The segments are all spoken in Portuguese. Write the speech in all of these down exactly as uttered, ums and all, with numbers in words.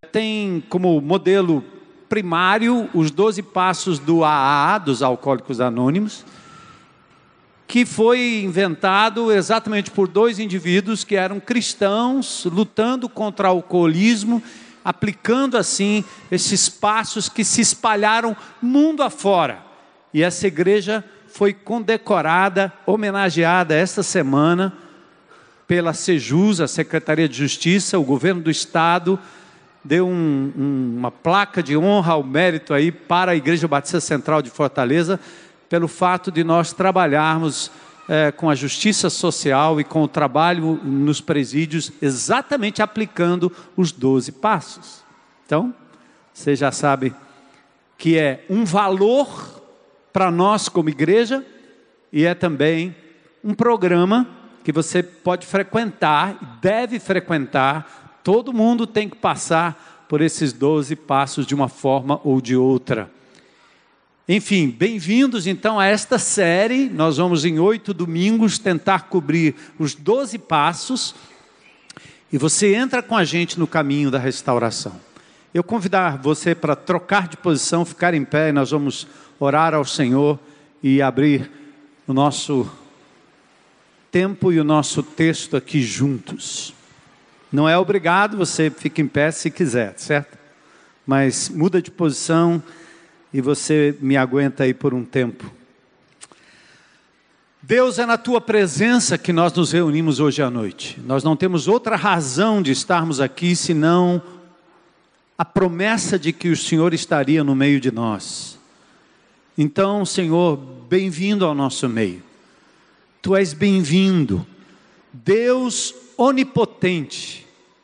tem como modelo primário os doze passos do A A, dos Alcoólicos Anônimos, que foi inventado exatamente por dois indivíduos que eram cristãos, lutando contra o alcoolismo, aplicando assim esses passos que se espalharam mundo afora. E essa igreja foi condecorada, homenageada esta semana pela Sejus, a Secretaria de Justiça, o governo do Estado, deu um, um, uma placa de honra ao mérito aí para a Igreja Batista Central de Fortaleza, pelo fato de nós trabalharmos é, com a justiça social e com o trabalho nos presídios, exatamente aplicando os doze passos. Então, você já sabe que é um valor para nós como igreja, e é também um programa que você pode frequentar, deve frequentar. Todo mundo tem que passar por esses doze passos de uma forma ou de outra. Enfim, bem-vindos então a esta série. Nós vamos em oito domingos tentar cobrir os doze passos, e você entra com a gente no caminho da restauração. Eu convidar você para trocar de posição, ficar em pé, e nós vamos orar ao Senhor e abrir o nosso tempo e o nosso texto aqui juntos. Não é obrigado, você fica em pé se quiser, certo? Mas muda de posição e você me aguenta aí por um tempo. Deus, é na tua presença que nós nos reunimos hoje à noite. Nós não temos outra razão de estarmos aqui senão a promessa de que o Senhor estaria no meio de nós. Então, Senhor, bem-vindo ao nosso meio. Tu és bem-vindo, Deus onipotente,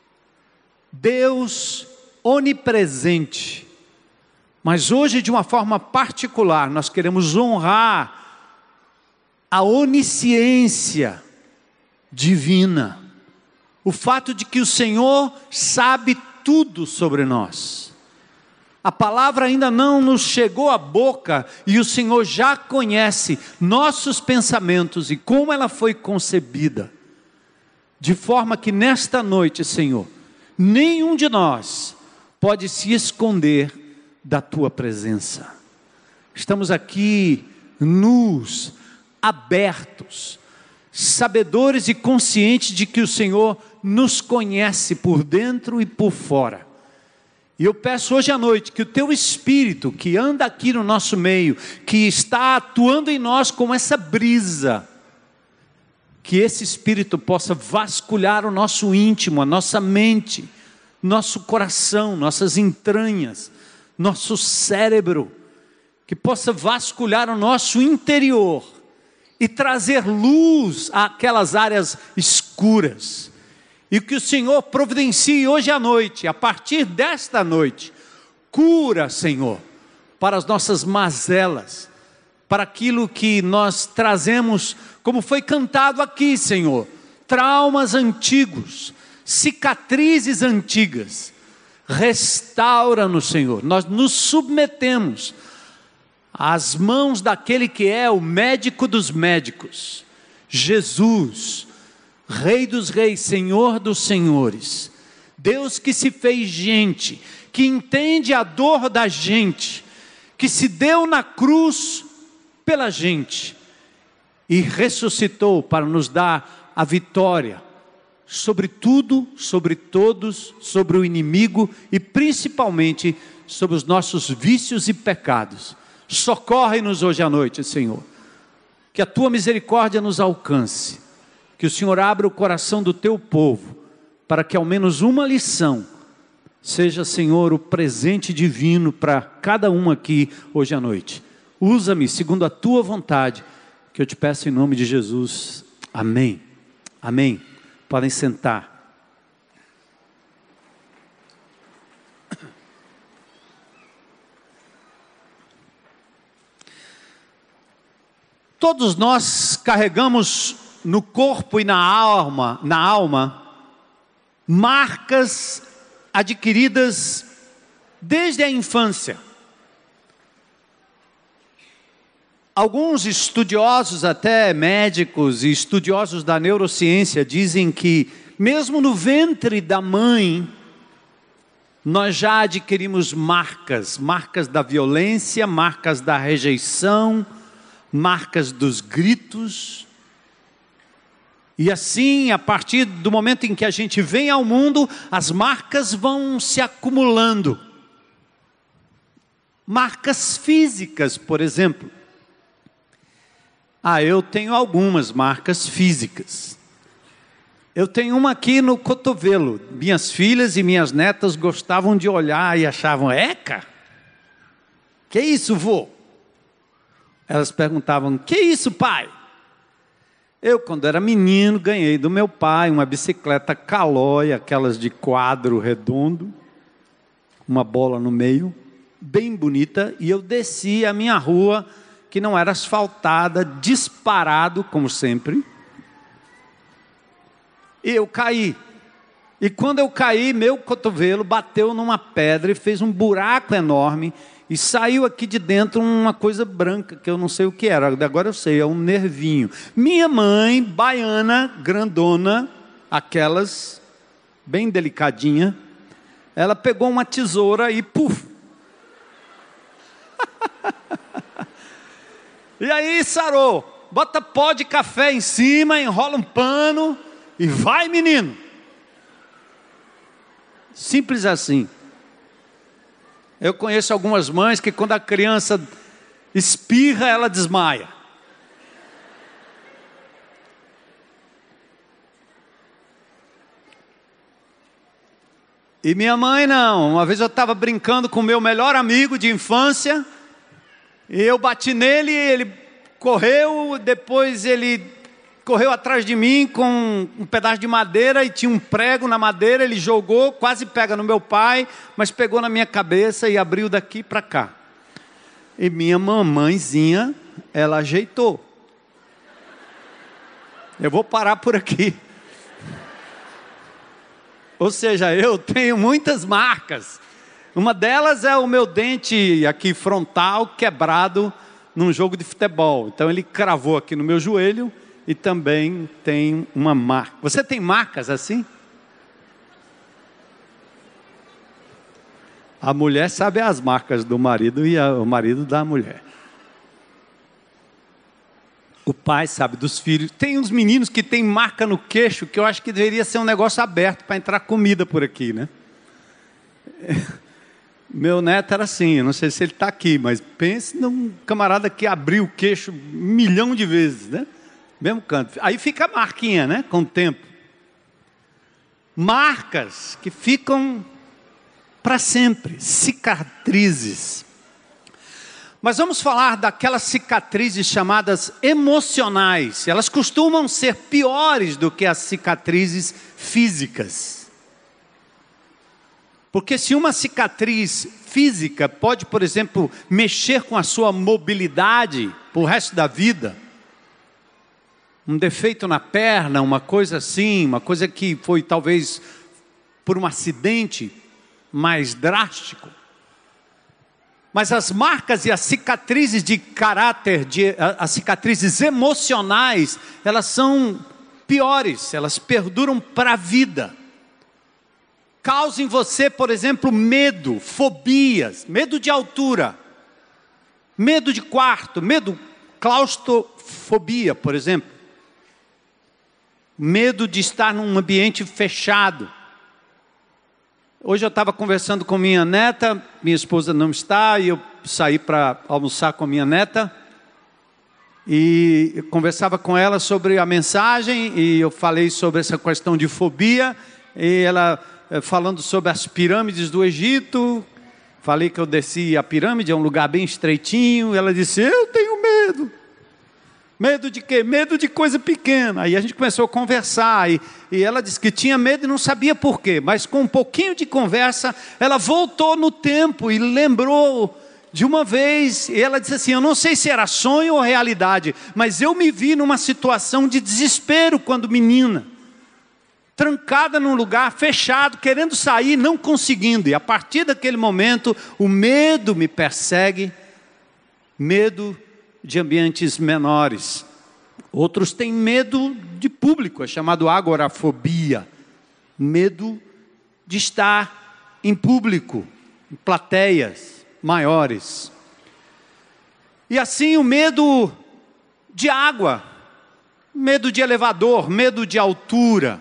Deus onipresente. Mas hoje, de uma forma particular, nós queremos honrar a onisciência divina. O fato de que o Senhor sabe tudo sobre nós. A palavra ainda não nos chegou à boca e o Senhor já conhece nossos pensamentos e como ela foi concebida. De forma que nesta noite, Senhor, nenhum de nós pode se esconder da tua presença. Estamos aqui nus, abertos, sabedores e conscientes de que o Senhor nos conhece por dentro e por fora. E eu peço hoje à noite que o teu Espírito, que anda aqui no nosso meio, que está atuando em nós como essa brisa, que esse Espírito possa vasculhar o nosso íntimo, a nossa mente, nosso coração, nossas entranhas, nosso cérebro, que possa vasculhar o nosso interior e trazer luz àquelas áreas escuras. E que o Senhor providencie hoje à noite, a partir desta noite, cura, Senhor, para as nossas mazelas, para aquilo que nós trazemos, como foi cantado aqui, Senhor, traumas antigos, cicatrizes antigas. Restaura-nos, Senhor. Nós nos submetemos às mãos daquele que é o médico dos médicos, Jesus, Rei dos reis, Senhor dos senhores, Deus que se fez gente, que entende a dor da gente, que se deu na cruz pela gente e ressuscitou para nos dar a vitória sobre tudo, sobre todos, sobre o inimigo e principalmente sobre os nossos vícios e pecados. Socorre-nos hoje à noite, Senhor, que a tua misericórdia nos alcance, que o Senhor abra o coração do teu povo, para que ao menos uma lição seja, Senhor, o presente divino para cada um aqui hoje à noite. Usa-me segundo a tua vontade, que eu te peço em nome de Jesus. Amém. Amém. Podem sentar. Todos nós carregamos no corpo e na alma, na alma, marcas adquiridas desde a infância. Alguns estudiosos, até médicos e estudiosos da neurociência, dizem que mesmo no ventre da mãe, nós já adquirimos marcas, marcas da violência, marcas da rejeição, marcas dos gritos. E assim, a partir do momento em que a gente vem ao mundo, as marcas vão se acumulando. Marcas físicas, por exemplo. Ah, eu tenho algumas marcas físicas. Eu tenho uma aqui no cotovelo. Minhas filhas e minhas netas gostavam de olhar e achavam, eca? Que isso, vô? Elas perguntavam, que isso, pai? Eu, quando era menino, ganhei do meu pai uma bicicleta Caloi, aquelas de quadro redondo, uma bola no meio, bem bonita, e eu desci a minha rua, que não era asfaltada, disparado, como sempre, e eu caí. E quando eu caí, meu cotovelo bateu numa pedra e fez um buraco enorme, e saiu aqui de dentro uma coisa branca, que eu não sei o que era, agora eu sei, é um nervinho. Minha mãe, baiana, grandona, aquelas, bem delicadinha, ela pegou uma tesoura e puf! E aí sarou, bota pó de café em cima, enrola um pano e vai, menino. Simples assim. Eu conheço algumas mães que quando a criança espirra, ela desmaia. E minha mãe não. Uma vez eu estava brincando com o meu melhor amigo de infância, e eu bati nele, ele correu, depois ele correu atrás de mim com um pedaço de madeira e tinha um prego na madeira, ele jogou, quase pega no meu pai, mas pegou na minha cabeça e abriu daqui para cá. E minha mamãezinha, ela ajeitou. Eu vou parar por aqui. Ou seja, eu tenho muitas marcas. Uma delas é o meu dente aqui frontal quebrado num jogo de futebol. Então ele cravou aqui no meu joelho e também tem uma marca. Você tem marcas assim? A mulher sabe as marcas do marido e a, o marido da mulher. O pai sabe dos filhos. Tem uns meninos que tem marca no queixo que eu acho que deveria ser um negócio aberto para entrar comida por aqui, né? Meu neto era assim, eu não sei se ele está aqui, mas pense num camarada que abriu o queixo um milhão de vezes, né? Mesmo canto. Aí fica a marquinha, né? Com o tempo. Marcas que ficam para sempre. Cicatrizes. Mas vamos falar daquelas cicatrizes chamadas emocionais. Elas costumam ser piores do que as cicatrizes físicas. Porque se uma cicatriz física pode, por exemplo, mexer com a sua mobilidade para o resto da vida, um defeito na perna, uma coisa assim, uma coisa que foi talvez por um acidente mais drástico. Mas as marcas e as cicatrizes de caráter, de, as cicatrizes emocionais, elas são piores, elas perduram para a vida. Causa em você, por exemplo, medo, fobias, medo de altura, medo de quarto, medo, claustrofobia, por exemplo. Medo de estar num ambiente fechado. Hoje eu estava conversando com minha neta, minha esposa não está, e eu saí para almoçar com minha neta, e eu conversava com ela sobre a mensagem, e eu falei sobre essa questão de fobia, e ela falando sobre as pirâmides do Egito, falei que eu desci a pirâmide, é um lugar bem estreitinho, e ela disse, eu tenho medo. Medo de quê? Medo de coisa pequena. Aí a gente começou a conversar, e, e ela disse que tinha medo e não sabia por quê, mas com um pouquinho de conversa, ela voltou no tempo e lembrou de uma vez, e ela disse assim, eu não sei se era sonho ou realidade, mas eu me vi numa situação de desespero quando menina, trancada num lugar fechado, querendo sair, não conseguindo, e a partir daquele momento, o medo me persegue, medo de ambientes menores. Outros têm medo de público, é chamado agorafobia, medo de estar em público, em plateias maiores. E assim o medo de água, medo de elevador, medo de altura,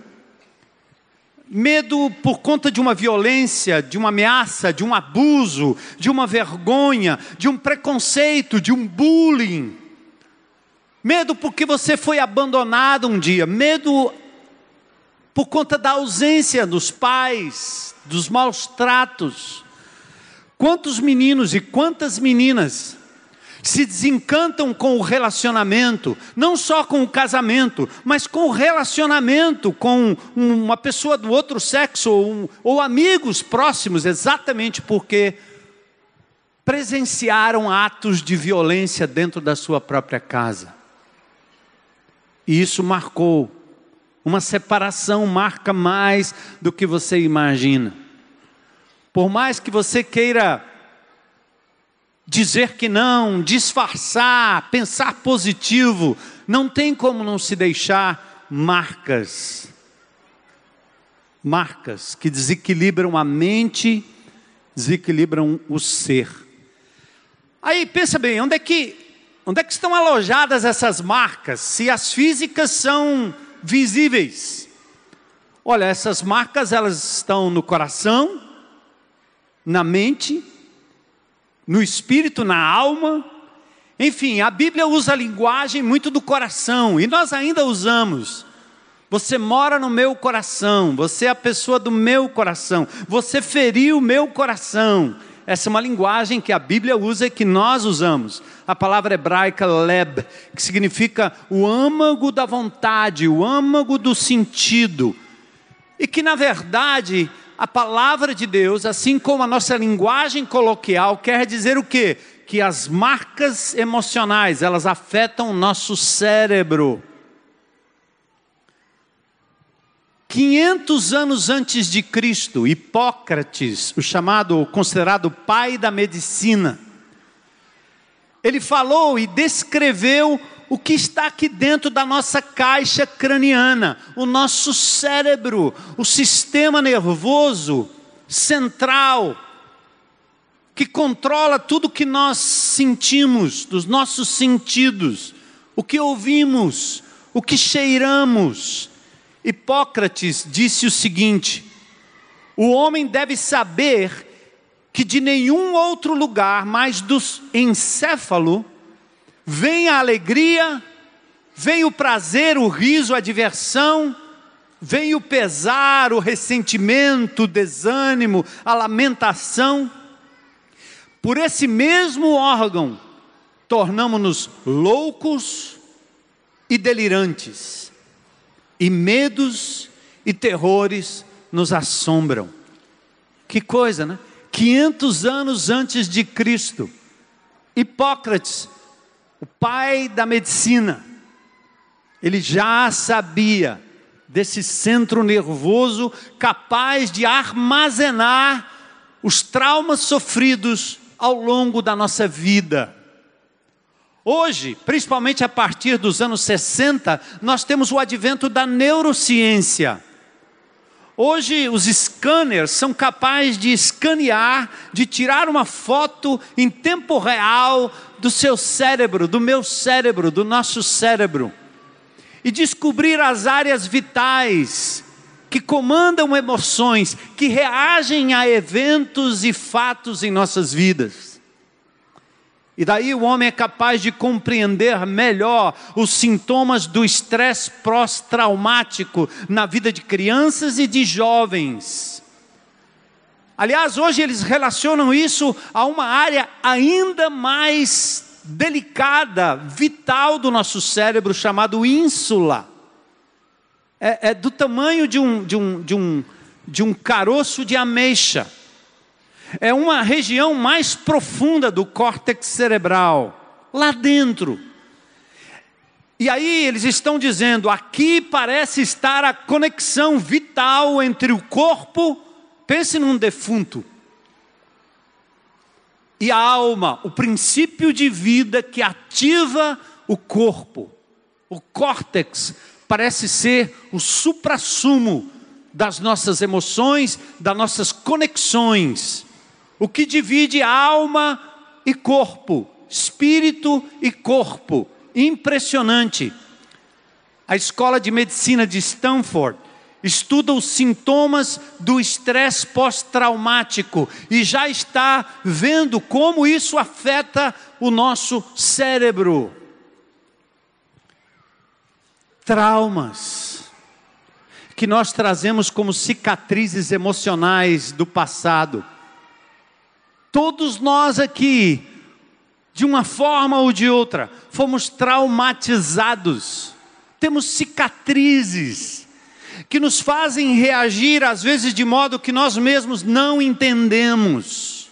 medo por conta de uma violência, de uma ameaça, de um abuso, de uma vergonha, de um preconceito, de um bullying. Medo porque você foi abandonado um dia, medo por conta da ausência dos pais, dos maus tratos. Quantos meninos e quantas meninas se desencantam com o relacionamento, não só com o casamento, mas com o relacionamento com uma pessoa do outro sexo, ou, um, ou amigos próximos, exatamente porque presenciaram atos de violência dentro da sua própria casa. E isso marcou, uma separação marca mais do que você imagina. Por mais que você queira dizer que não, disfarçar, pensar positivo, não tem como não se deixar marcas. Marcas que desequilibram a mente, desequilibram o ser. Aí pensa bem, onde é que, onde é que estão alojadas essas marcas, se as físicas são visíveis? Olha, essas marcas elas estão no coração, na mente, no espírito, na alma. Enfim, a Bíblia usa a linguagem muito do coração, e nós ainda usamos. Você mora no meu coração, você é a pessoa do meu coração, você feriu o meu coração. Essa é uma linguagem que a Bíblia usa e que nós usamos. A palavra hebraica leb, que significa o âmago da vontade, o âmago do sentido. E que na verdade a palavra de Deus, assim como a nossa linguagem coloquial, quer dizer o quê? Que as marcas emocionais, elas afetam o nosso cérebro. quinhentos anos antes de Cristo, Hipócrates, o chamado, considerado pai da medicina, ele falou e descreveu o que está aqui dentro da nossa caixa craniana, o nosso cérebro, o sistema nervoso central, que controla tudo que nós sentimos, dos nossos sentidos, o que ouvimos, o que cheiramos. Hipócrates disse o seguinte: o homem deve saber que de nenhum outro lugar, mais do encéfalo, vem a alegria, vem o prazer, o riso, a diversão, vem o pesar, o ressentimento, o desânimo, a lamentação. Por esse mesmo órgão, tornamo-nos loucos e delirantes, e medos e terrores nos assombram. Que coisa, né? quinhentos anos antes de Cristo, Hipócrates, o pai da medicina, ele já sabia desse centro nervoso capaz de armazenar os traumas sofridos ao longo da nossa vida. Hoje, principalmente a partir dos anos sessenta, nós temos o advento da neurociência. Hoje os scanners são capazes de escanear, de tirar uma foto em tempo real do seu cérebro, do meu cérebro, do nosso cérebro, e descobrir as áreas vitais que comandam emoções, que reagem a eventos e fatos em nossas vidas. E daí o homem é capaz de compreender melhor os sintomas do estresse pós-traumático na vida de crianças e de jovens. Aliás, hoje eles relacionam isso a uma área ainda mais delicada, vital do nosso cérebro, chamado ínsula. É, é do tamanho de um, de, um, de, um, de um caroço de ameixa. É uma região mais profunda do córtex cerebral, lá dentro. E aí eles estão dizendo, aqui parece estar a conexão vital entre o corpo, pense num defunto, e a alma, o princípio de vida que ativa o corpo. O córtex parece ser o suprassumo das nossas emoções, das nossas conexões. O que divide alma e corpo, espírito e corpo. Impressionante. A Escola de Medicina de Stanford estuda os sintomas do estresse pós-traumático e já está vendo como isso afeta o nosso cérebro. Traumas que nós trazemos como cicatrizes emocionais do passado. Todos nós aqui, de uma forma ou de outra, fomos traumatizados. Temos cicatrizes que nos fazem reagir, às vezes, de modo que nós mesmos não entendemos.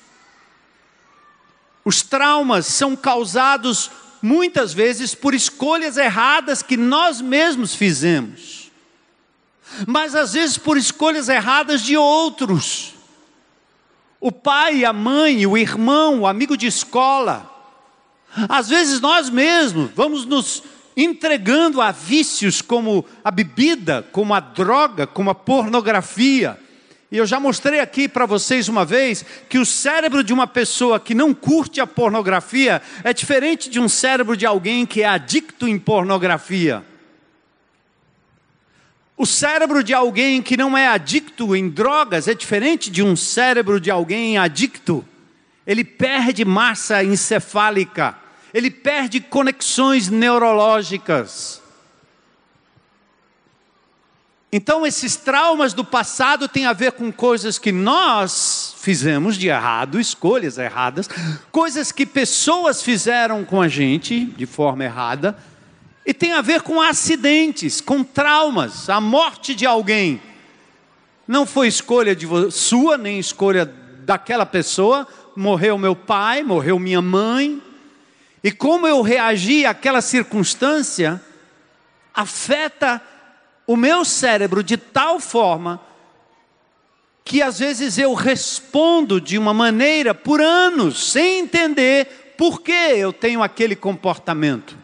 Os traumas são causados, muitas vezes, por escolhas erradas que nós mesmos fizemos. Mas, às vezes, por escolhas erradas de outros. O pai, a mãe, o irmão, o amigo de escola. Às vezes, nós mesmos vamos nos entregando a vícios como a bebida, como a droga, como a pornografia. E eu já mostrei aqui para vocês uma vez que o cérebro de uma pessoa que não curte a pornografia é diferente de um cérebro de alguém que é adicto em pornografia. O cérebro de alguém que não é adicto em drogas é diferente de um cérebro de alguém adicto. Ele perde massa encefálica. Ele perde conexões neurológicas. Então, esses traumas do passado têm a ver com coisas que nós fizemos de errado, escolhas erradas, coisas que pessoas fizeram com a gente de forma errada, e tem a ver com acidentes, com traumas, a morte de alguém. Não foi escolha de sua, nem escolha daquela pessoa. Morreu meu pai, morreu minha mãe. E como eu reagi àquela circunstância, afeta o meu cérebro de tal forma, que às vezes eu respondo de uma maneira por anos, sem entender por que eu tenho aquele comportamento.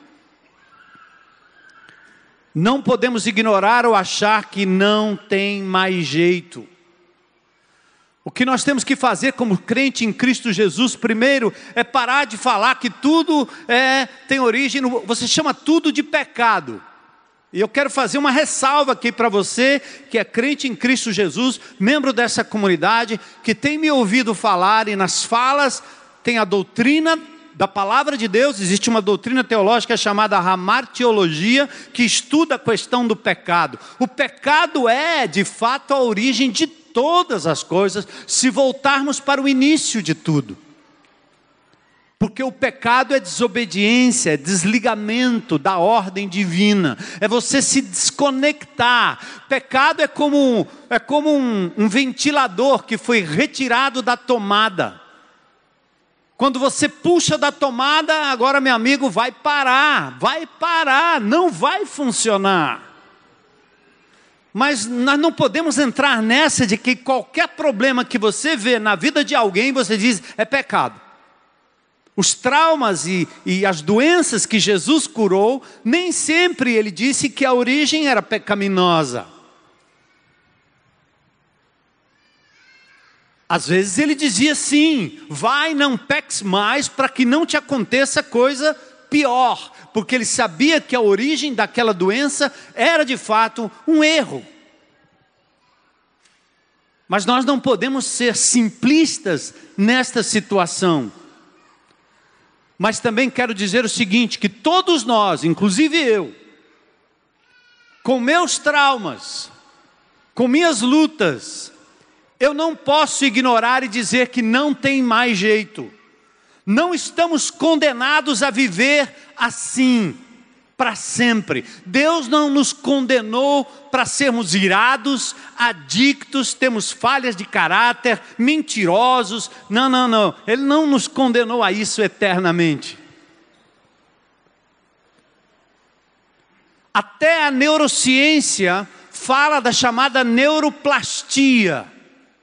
Não podemos ignorar ou achar que não tem mais jeito. O que nós temos que fazer como crente em Cristo Jesus, primeiro, é parar de falar que tudo é, tem origem, no, você chama tudo de pecado. E eu quero fazer uma ressalva aqui para você, que é crente em Cristo Jesus, membro dessa comunidade, que tem me ouvido falar, e nas falas tem a doutrina da palavra de Deus. Existe uma doutrina teológica chamada Hamartiologia, que estuda a questão do pecado. O pecado é, de fato, a origem de todas as coisas, se voltarmos para o início de tudo. Porque o pecado é desobediência, é desligamento da ordem divina, é você se desconectar. Pecado é como, é como um, um ventilador que foi retirado da tomada. Quando você puxa da tomada, agora, meu amigo, vai parar, vai parar, não vai funcionar. Mas nós não podemos entrar nessa de que qualquer problema que você vê na vida de alguém, você diz, é pecado. Os traumas e, e as doenças que Jesus curou, nem sempre ele disse que a origem era pecaminosa. Às vezes ele dizia sim, vai, não peques mais, para que não te aconteça coisa pior. Porque ele sabia que a origem daquela doença era de fato um erro. Mas nós não podemos ser simplistas nesta situação. Mas também quero dizer o seguinte, que todos nós, inclusive eu, com meus traumas, com minhas lutas, eu não posso ignorar e dizer que não tem mais jeito. Não estamos condenados a viver assim, para sempre. Deus não nos condenou para sermos irados, adictos, temos falhas de caráter, mentirosos. Não, não, não. Ele não nos condenou a isso eternamente. Até a neurociência fala da chamada neuroplastia.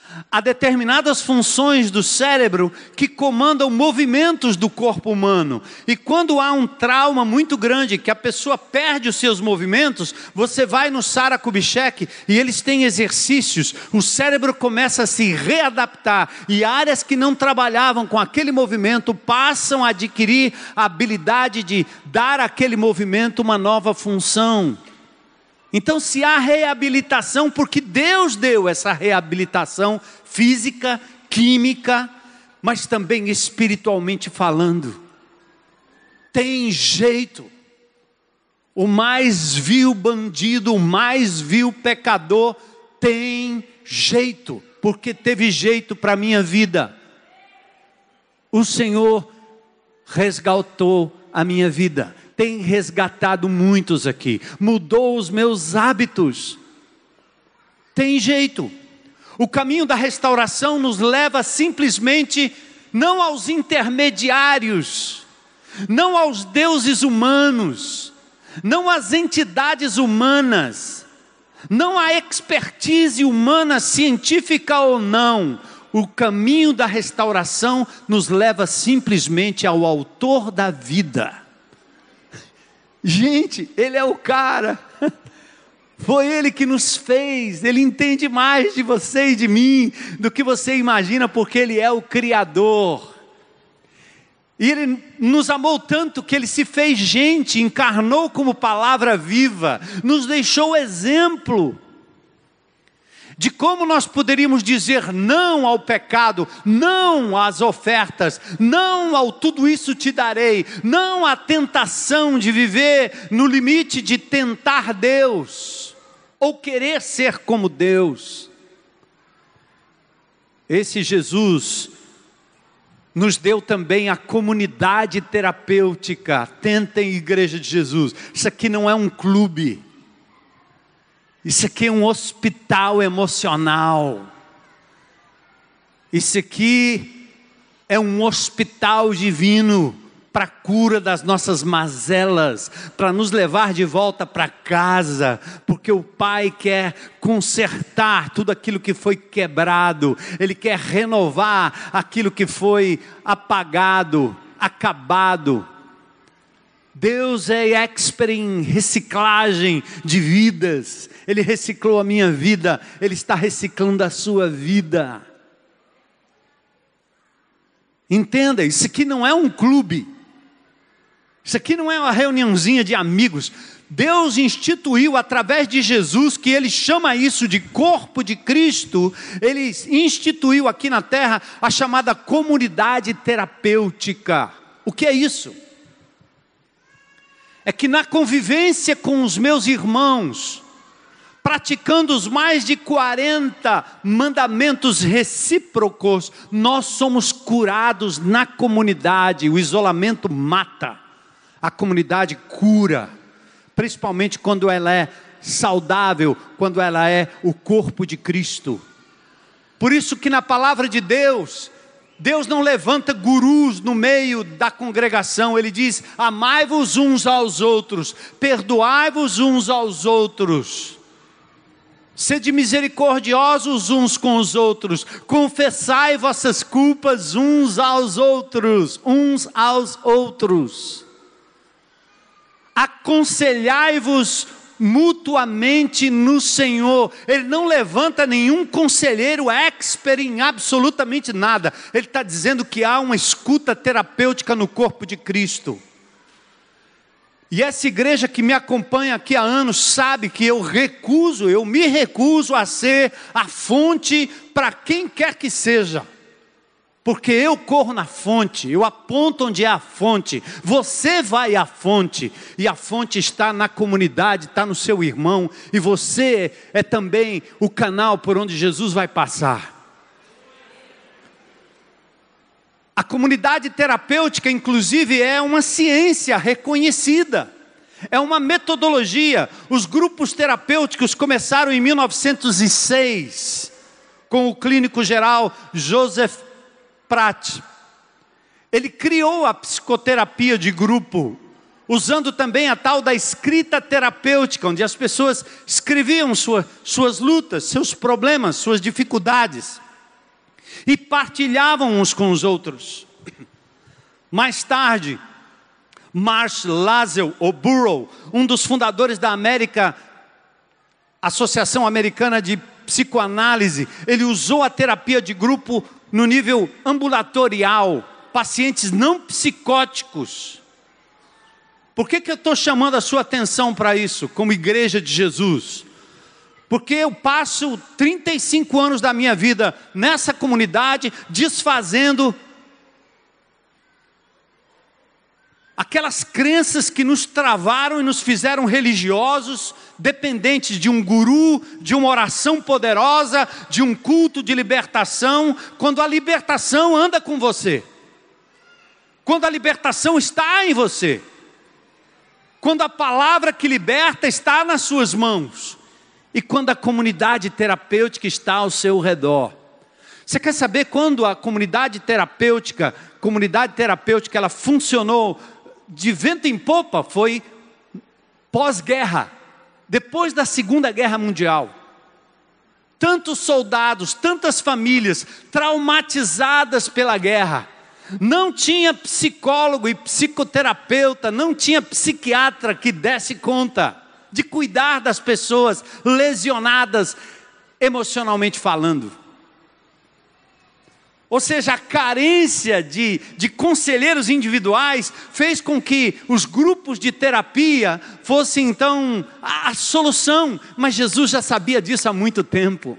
Há determinadas funções do cérebro que comandam movimentos do corpo humano. E quando há um trauma muito grande, que a pessoa perde os seus movimentos, você vai no Sara Kubitschek e eles têm exercícios. O cérebro começa a se readaptar e áreas que não trabalhavam com aquele movimento passam a adquirir a habilidade de dar àquele movimento uma nova função. Então, se há reabilitação, porque Deus deu essa reabilitação física, química, mas também espiritualmente falando, tem jeito. O mais vil bandido, o mais vil pecador, tem jeito, porque teve jeito para a minha vida. O Senhor resgatou a minha vida. Tem resgatado muitos aqui, mudou os meus hábitos, tem jeito. O caminho da restauração nos leva simplesmente, não aos intermediários, não aos deuses humanos, não às entidades humanas, não à expertise humana, científica ou não. O caminho da restauração nos leva simplesmente ao autor da vida. Gente, Ele é o cara, foi Ele que nos fez, Ele entende mais de você e de mim do que você imagina, porque Ele é o Criador. E Ele nos amou tanto que Ele se fez gente, encarnou como palavra viva, nos deixou exemplo de como nós poderíamos dizer não ao pecado, não às ofertas, não ao tudo isso te darei, não à tentação de viver no limite de tentar Deus, ou querer ser como Deus. Esse Jesus nos deu também a comunidade terapêutica. Tentem, Igreja de Jesus, isso aqui não é um clube. Isso aqui é um hospital emocional. Isso aqui é um hospital divino para a cura das nossas mazelas, para nos levar de volta para casa, porque o Pai quer consertar tudo aquilo que foi quebrado, Ele quer renovar aquilo que foi apagado, acabado. Deus é expert em reciclagem de vidas. Ele reciclou a minha vida, Ele está reciclando a sua vida. Entenda, isso aqui não é um clube, isso aqui não é uma reuniãozinha de amigos. Deus instituiu através de Jesus, que Ele chama isso de corpo de Cristo, Ele instituiu aqui na terra a chamada comunidade terapêutica. O que é isso? É que na convivência com os meus irmãos, praticando os mais de quarenta mandamentos recíprocos, nós somos curados na comunidade. O isolamento mata, a comunidade cura, principalmente quando ela é saudável, quando ela é o corpo de Cristo. Por isso que na palavra de Deus, Deus não levanta gurus no meio da congregação. Ele diz: amai-vos uns aos outros, perdoai-vos uns aos outros, sede misericordiosos uns com os outros, confessai vossas culpas uns aos outros, uns aos outros, aconselhai-vos mutuamente no Senhor. Ele não levanta nenhum conselheiro expert em absolutamente nada. Ele está dizendo que há uma escuta terapêutica no corpo de Cristo. E essa igreja que me acompanha aqui há anos sabe que eu recuso, eu me recuso a ser a fonte para quem quer que seja. Porque eu corro na fonte, eu aponto onde é a fonte, você vai à fonte, e a fonte está na comunidade, está no seu irmão, e você é também o canal por onde Jesus vai passar. A comunidade terapêutica, inclusive, é uma ciência reconhecida, é uma metodologia. Os grupos terapêuticos começaram em mil novecentos e seis, com o clínico geral Joseph Pratt. Ele criou a psicoterapia de grupo, usando também a tal da escrita terapêutica, onde as pessoas escreviam sua, suas lutas, seus problemas, suas dificuldades. e partilhavam uns com os outros. Mais tarde, Marshall Laszlo, ou Burrow, um dos fundadores da América, Associação Americana de Psicoanálise, ele usou a terapia de grupo no nível ambulatorial, pacientes não psicóticos. Por que que eu estou chamando a sua atenção para isso, como igreja de Jesus? Porque eu passo trinta e cinco anos da minha vida nessa comunidade, desfazendo aquelas crenças que nos travaram e nos fizeram religiosos, dependentes de um guru, de uma oração poderosa, de um culto de libertação, quando a libertação anda com você, quando a libertação está em você, quando a palavra que liberta está nas suas mãos, e quando a comunidade terapêutica está ao seu redor. Você quer saber quando a comunidade terapêutica, comunidade terapêutica, ela funcionou de vento em popa? Foi pós-guerra, depois da Segunda Guerra Mundial. Tantos soldados, tantas famílias traumatizadas pela guerra. Não tinha psicólogo e psicoterapeuta, não tinha psiquiatra que desse conta de cuidar das pessoas lesionadas emocionalmente falando. Ou seja, a carência de, de conselheiros individuais fez com que os grupos de terapia fossem então a, a solução, mas Jesus já sabia disso há muito tempo.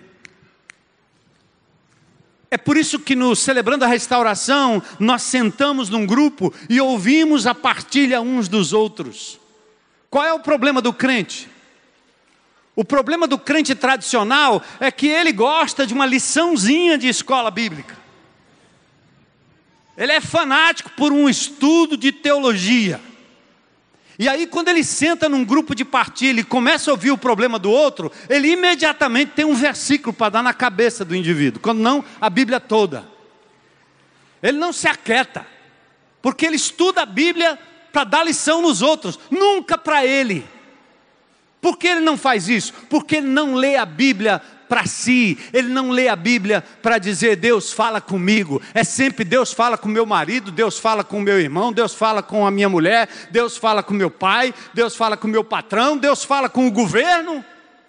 É por isso que no Celebrando a Restauração, nós sentamos num grupo e ouvimos a partilha uns dos outros. Qual é o problema do crente? O problema do crente tradicional é que ele gosta de uma liçãozinha de escola bíblica. Ele é fanático por um estudo de teologia. E aí quando ele senta num grupo de partilha e começa a ouvir o problema do outro, ele imediatamente tem um versículo para dar na cabeça do indivíduo, quando não a Bíblia toda. Ele não se aquieta, porque ele estuda a Bíblia para dar lição nos outros, nunca para ele. Por que ele não faz isso? Porque ele não lê a Bíblia para si, ele não lê a Bíblia para dizer Deus fala comigo. É sempre Deus fala com meu marido, Deus fala com meu irmão, Deus fala com a minha mulher, Deus fala com meu pai, Deus fala com meu patrão, Deus fala com o governo.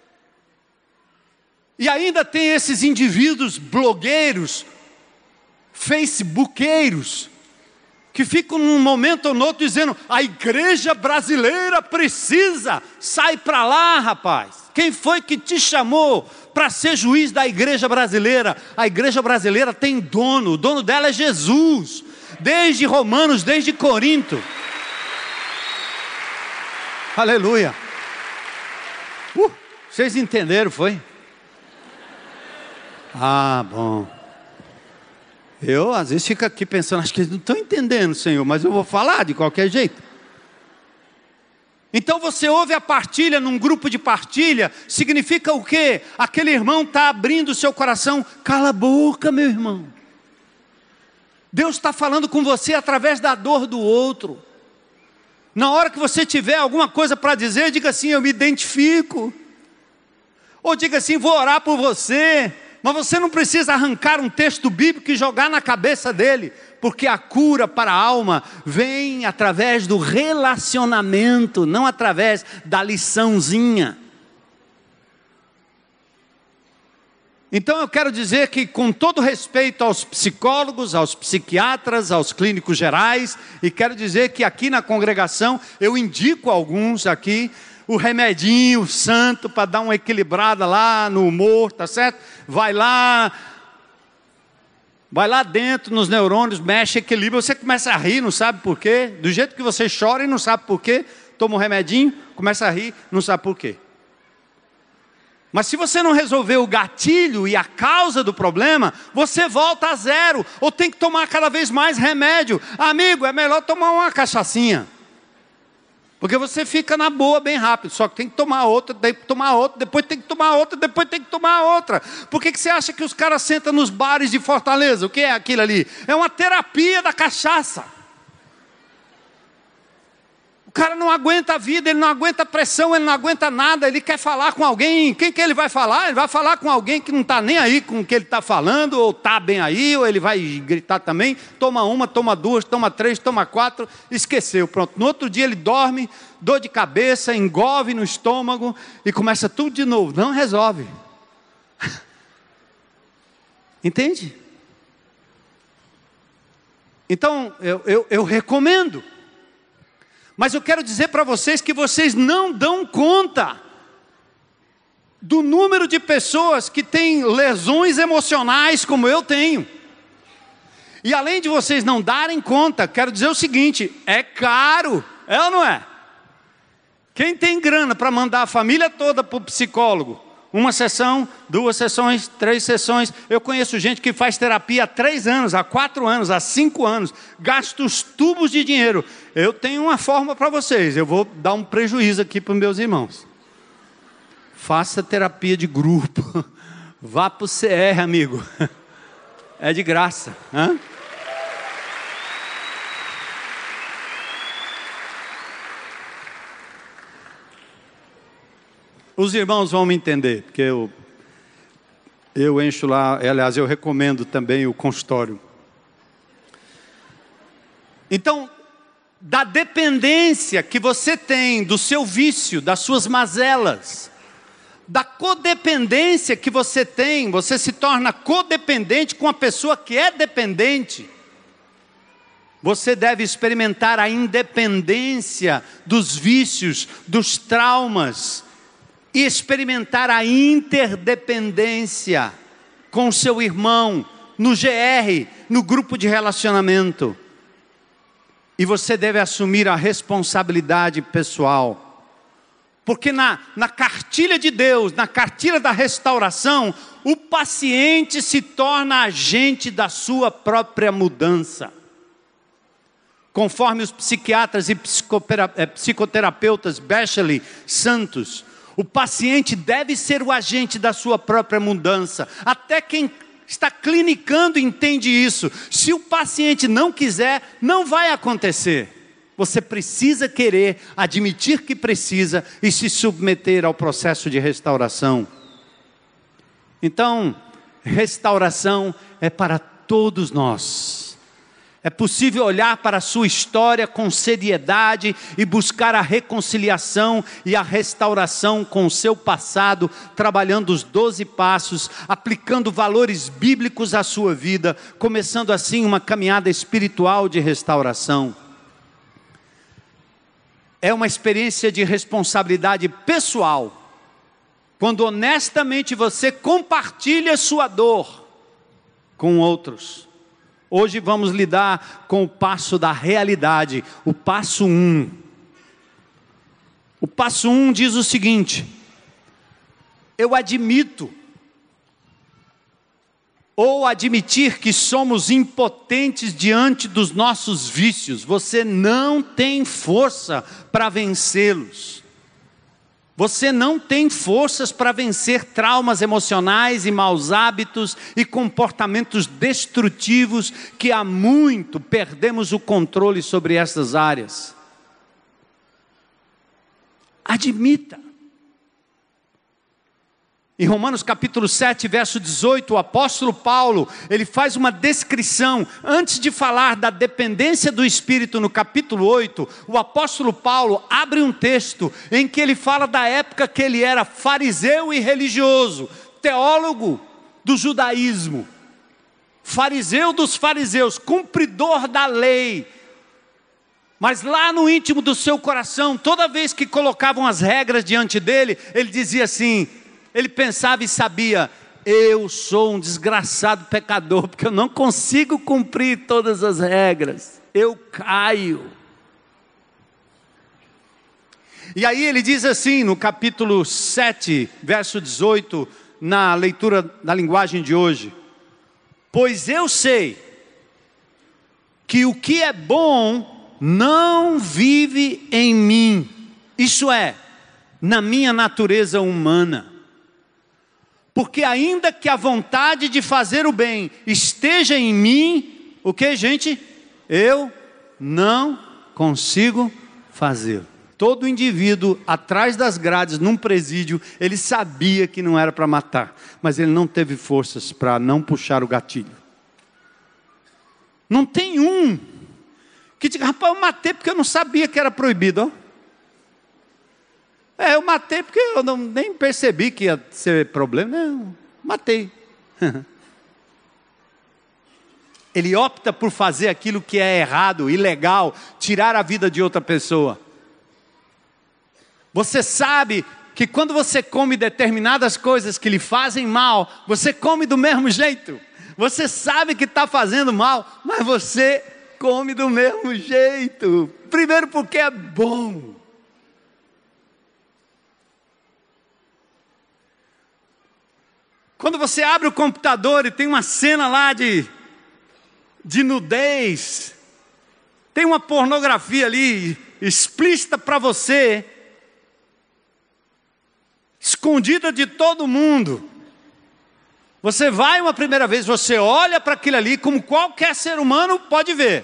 E ainda tem esses indivíduos blogueiros, facebookeiros, que ficam num momento ou no outro dizendo, a igreja brasileira precisa, sai para lá rapaz, quem foi que te chamou para ser juiz da igreja brasileira? A igreja brasileira tem dono, o dono dela é Jesus, desde Romanos, desde Corinto. Aleluia. Uh, vocês entenderam, foi? Ah, bom. Eu às vezes fico aqui pensando, acho que eles não estão entendendo, Senhor, mas eu vou falar de qualquer jeito. Então você ouve a partilha num grupo de partilha, significa o quê? Aquele irmão está abrindo o seu coração. Cala a boca, meu irmão. Deus está falando com você através da dor do outro. Na hora que você tiver alguma coisa para dizer, diga assim, eu me identifico. Ou diga assim, vou orar por você. Mas você não precisa arrancar um texto bíblico e jogar na cabeça dele, porque a cura para a alma vem através do relacionamento, não através da liçãozinha. Então eu quero dizer que, com todo respeito aos psicólogos, aos psiquiatras, aos clínicos gerais, e quero dizer que aqui na congregação eu indico alguns aqui, o remedinho santo para dar uma equilibrada lá no humor, tá certo? Vai lá, vai lá dentro nos neurônios, mexe, equilibra, você começa a rir, não sabe por quê? Do jeito que você chora e não sabe por quê, toma um remedinho, começa a rir, não sabe por quê. Mas se você não resolver o gatilho e a causa do problema, você volta a zero, ou tem que tomar cada vez mais remédio. Amigo, é melhor tomar uma cachaçinha. Porque você fica na boa bem rápido, só que tem que tomar outra, tem que tomar outra, depois tem que tomar outra, depois tem que tomar outra. Por que que você acha que os caras sentam nos bares de Fortaleza? O que é aquilo ali? É uma terapia da cachaça. O cara não aguenta a vida, ele não aguenta a pressão, ele não aguenta nada, ele quer falar com alguém. Quem que ele vai falar? Ele vai falar com alguém que não está nem aí com o que ele está falando, ou está bem aí, ou ele vai gritar também. Toma uma, toma duas, toma três, toma quatro, esqueceu, pronto. No outro dia ele dorme, dor de cabeça, engove no estômago e começa tudo de novo. Não resolve. Entende? Então, eu, eu, eu recomendo. Mas eu quero dizer para vocês que vocês não dão conta do número de pessoas que têm lesões emocionais como eu tenho. E além de vocês não darem conta, quero dizer o seguinte, é caro, é ou não é? Quem tem grana para mandar a família toda para o psicólogo? Uma sessão, duas sessões, três sessões. Eu conheço gente que faz terapia há três anos, há quatro anos, há cinco anos. Gasta os tubos de dinheiro. Eu tenho uma forma para vocês. Eu vou dar um prejuízo aqui para os meus irmãos. Faça terapia de grupo. Vá para o C R, amigo. É de graça. Hã? Os irmãos vão me entender, porque eu, eu encho lá, aliás, eu recomendo também o consultório. Então, da dependência que você tem do seu vício, das suas mazelas, da codependência que você tem, você se torna codependente com a pessoa que é dependente. Você deve experimentar a independência dos vícios, dos traumas, e experimentar a interdependência com seu irmão, no G R, no grupo de relacionamento. E você deve assumir a responsabilidade pessoal. Porque na, na cartilha de Deus, na cartilha da restauração, o paciente se torna agente da sua própria mudança. Conforme os psiquiatras e psicoterapeutas Bechley, Santos, o paciente deve ser o agente da sua própria mudança. Até quem está clinicando entende isso. Se o paciente não quiser, não vai acontecer. Você precisa querer, admitir que precisa e se submeter ao processo de restauração. Então, restauração é para todos nós. É possível olhar para a sua história com seriedade e buscar a reconciliação e a restauração com o seu passado, trabalhando os doze passos, aplicando valores bíblicos à sua vida, começando assim uma caminhada espiritual de restauração. É uma experiência de responsabilidade pessoal, quando honestamente você compartilha sua dor com outros. Hoje vamos lidar com o passo da realidade, o passo um. O passo um diz o seguinte: eu admito, ou admitir que somos impotentes diante dos nossos vícios. Você não tem força para vencê-los. Você não tem forças para vencer traumas emocionais e maus hábitos e comportamentos destrutivos que há muito perdemos o controle sobre essas áreas. Admita. Em Romanos capítulo sete, verso dezoito, o apóstolo Paulo, ele faz uma descrição, antes de falar da dependência do Espírito no capítulo oito, o apóstolo Paulo abre um texto em que ele fala da época que ele era fariseu e religioso, teólogo do judaísmo, fariseu dos fariseus, cumpridor da lei, mas lá no íntimo do seu coração, toda vez que colocavam as regras diante dele, ele dizia assim, ele pensava e sabia, eu sou um desgraçado pecador, porque eu não consigo cumprir todas as regras, eu caio. E aí ele diz assim, no capítulo sete, verso dezoito, na leitura da linguagem de hoje: pois eu sei que o que é bom não vive em mim, isso é, na minha natureza humana. Porque ainda que a vontade de fazer o bem esteja em mim, o que, gente? Eu não consigo fazer. Todo indivíduo atrás das grades, num presídio, ele sabia que não era para matar, mas ele não teve forças para não puxar o gatilho. Não tem um que diga, rapaz, eu matei porque eu não sabia que era proibido. Ó. É, eu matei porque eu não, nem percebi que ia ser problema. Não, matei. Ele opta por fazer aquilo que é errado, ilegal, tirar a vida de outra pessoa. Você sabe que quando você come determinadas coisas que lhe fazem mal, você come do mesmo jeito. Você sabe que está fazendo mal, mas você come do mesmo jeito. Primeiro porque é bom. Quando você abre o computador e tem uma cena lá de, de nudez, tem uma pornografia ali explícita para você, escondida de todo mundo. Você vai uma primeira vez, você olha para aquilo ali como qualquer ser humano pode ver.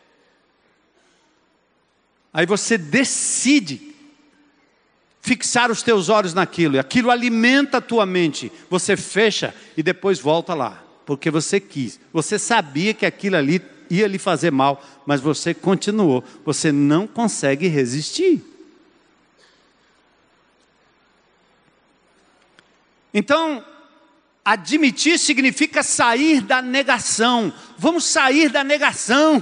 Aí você decide fixar os teus olhos naquilo, e aquilo alimenta a tua mente. Você fecha e depois volta lá, porque você quis. Você sabia que aquilo ali ia lhe fazer mal, mas você continuou. Você não consegue resistir. Então, admitir significa sair da negação. Vamos sair da negação.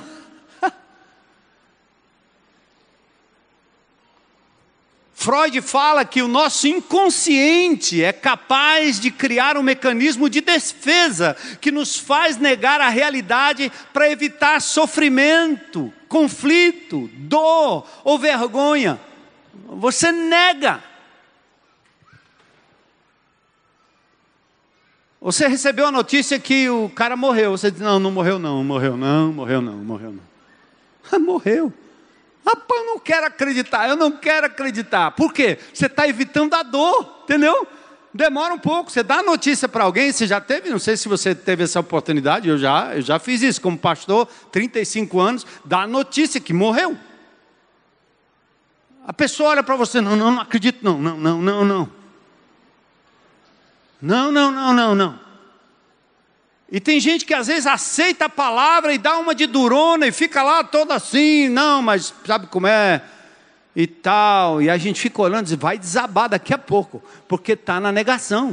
Freud fala que o nosso inconsciente é capaz de criar um mecanismo de defesa que nos faz negar a realidade para evitar sofrimento, conflito, dor ou vergonha. Você nega. Você recebeu a notícia que o cara morreu. Você diz, não, não morreu não, morreu não, morreu não, morreu não. Morreu. Rapaz, eu não quero acreditar, eu não quero acreditar. Por quê? Você está evitando a dor, entendeu? Demora um pouco, você dá a notícia para alguém, você já teve, não sei se você teve essa oportunidade, eu já, eu já fiz isso como pastor, trinta e cinco anos, dá a notícia que morreu. A pessoa olha para você, não, não, não acredito, não, não, não, não, não. Não, não, não, não, não. E tem gente que às vezes aceita a palavra e dá uma de durona e fica lá toda assim, não, mas sabe como é? E tal, e a gente fica olhando e diz, vai desabar daqui a pouco, porque está na negação.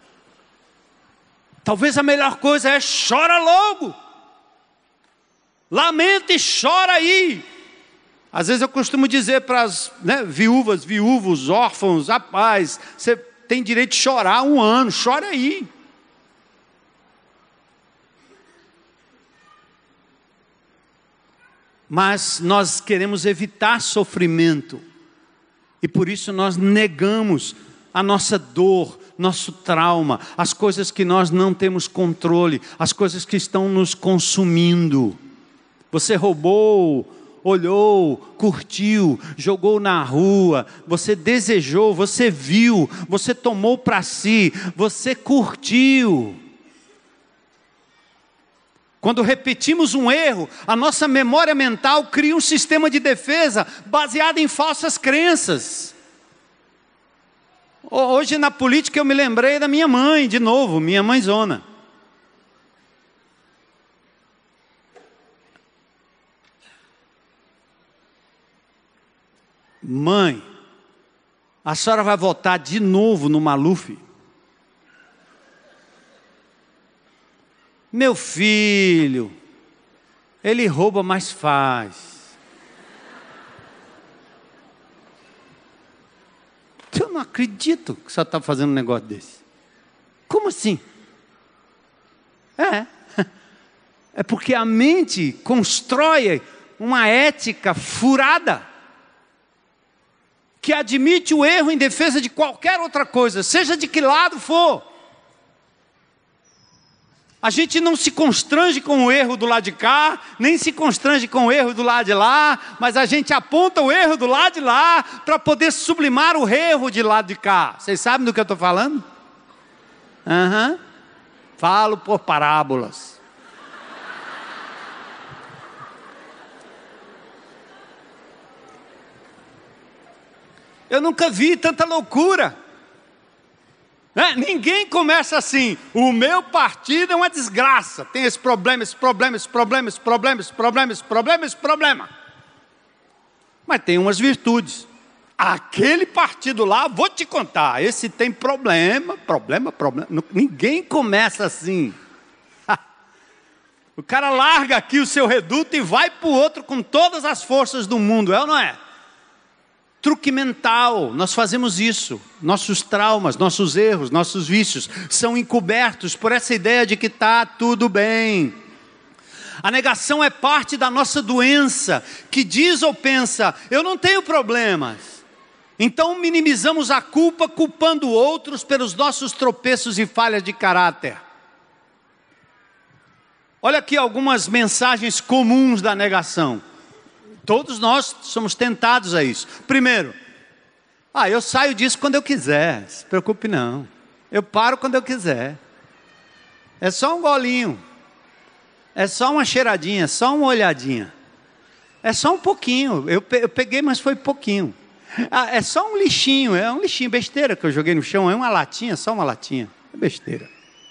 Talvez a melhor coisa é chora logo. Lamenta e chora aí. Às vezes eu costumo dizer para as né, viúvas, viúvos, órfãos, rapaz, você tem direito de chorar um ano, chora aí. Mas nós queremos evitar sofrimento. E por isso nós negamos a nossa dor, nosso trauma, as coisas que nós não temos controle, as coisas que estão nos consumindo. Você roubou, olhou, curtiu, jogou na rua, você desejou, você viu, você tomou para si, você curtiu. Quando repetimos um erro, a nossa memória mental cria um sistema de defesa baseado em falsas crenças. Hoje na política eu me lembrei da minha mãe, de novo, minha mãezona. Mãe, a senhora vai votar de novo no Maluf? Meu filho, ele rouba, mas faz. Eu não acredito que você está fazendo um negócio desse. Como assim? É. É porque a mente constrói uma ética furada, que admite o erro em defesa de qualquer outra coisa, seja de que lado for. A gente não se constrange com o erro do lado de cá, nem se constrange com o erro do lado de lá, mas a gente aponta o erro do lado de lá para poder sublimar o erro de lado de cá. Vocês sabem do que eu estou falando? Uhum. Falo por parábolas. Eu nunca vi tanta loucura. É, ninguém começa assim, o meu partido é uma desgraça, tem esse problema, esse problema, esse problema, esse problema, esse problema, esse problema, esse problema. Mas tem umas virtudes. Aquele partido lá, vou te contar, esse tem problema, problema, problema. Ninguém começa assim. O cara larga aqui o seu reduto e vai para o outro com todas as forças do mundo, é ou não é? Truque mental, nós fazemos isso. Nossos traumas, nossos erros, nossos vícios são encobertos por essa ideia de que está tudo bem. A negação é parte da nossa doença, que diz ou pensa, eu não tenho problemas. Então minimizamos a culpa, culpando outros pelos nossos tropeços e falhas de caráter. Olha aqui algumas mensagens comuns da negação. Todos nós somos tentados a isso. Primeiro, ah, eu saio disso quando eu quiser, se preocupe não. Eu paro quando eu quiser. É só um golinho. É só uma cheiradinha, só uma olhadinha. É só um pouquinho. Eu peguei, mas foi pouquinho. Ah, é só um lixinho, é um lixinho, besteira que eu joguei no chão, é uma latinha, só uma latinha. É besteira.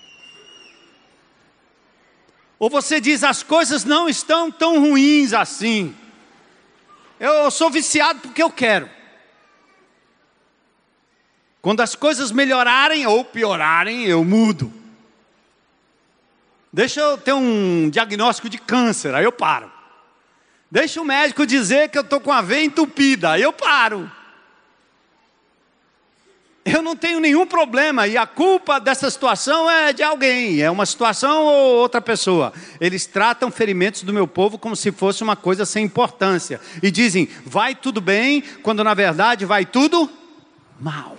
Ou você diz, as coisas não estão tão ruins assim. Eu sou viciado porque eu quero. Quando as coisas melhorarem ou piorarem, eu mudo. Deixa eu ter um diagnóstico de câncer, aí eu paro. Deixa o médico dizer que eu estou com a veia entupida, aí eu paro. Eu não tenho nenhum problema e a culpa dessa situação é de alguém, é uma situação ou outra pessoa. Eles tratam ferimentos do meu povo como se fosse uma coisa sem importância. E dizem, vai tudo bem, quando na verdade vai tudo mal.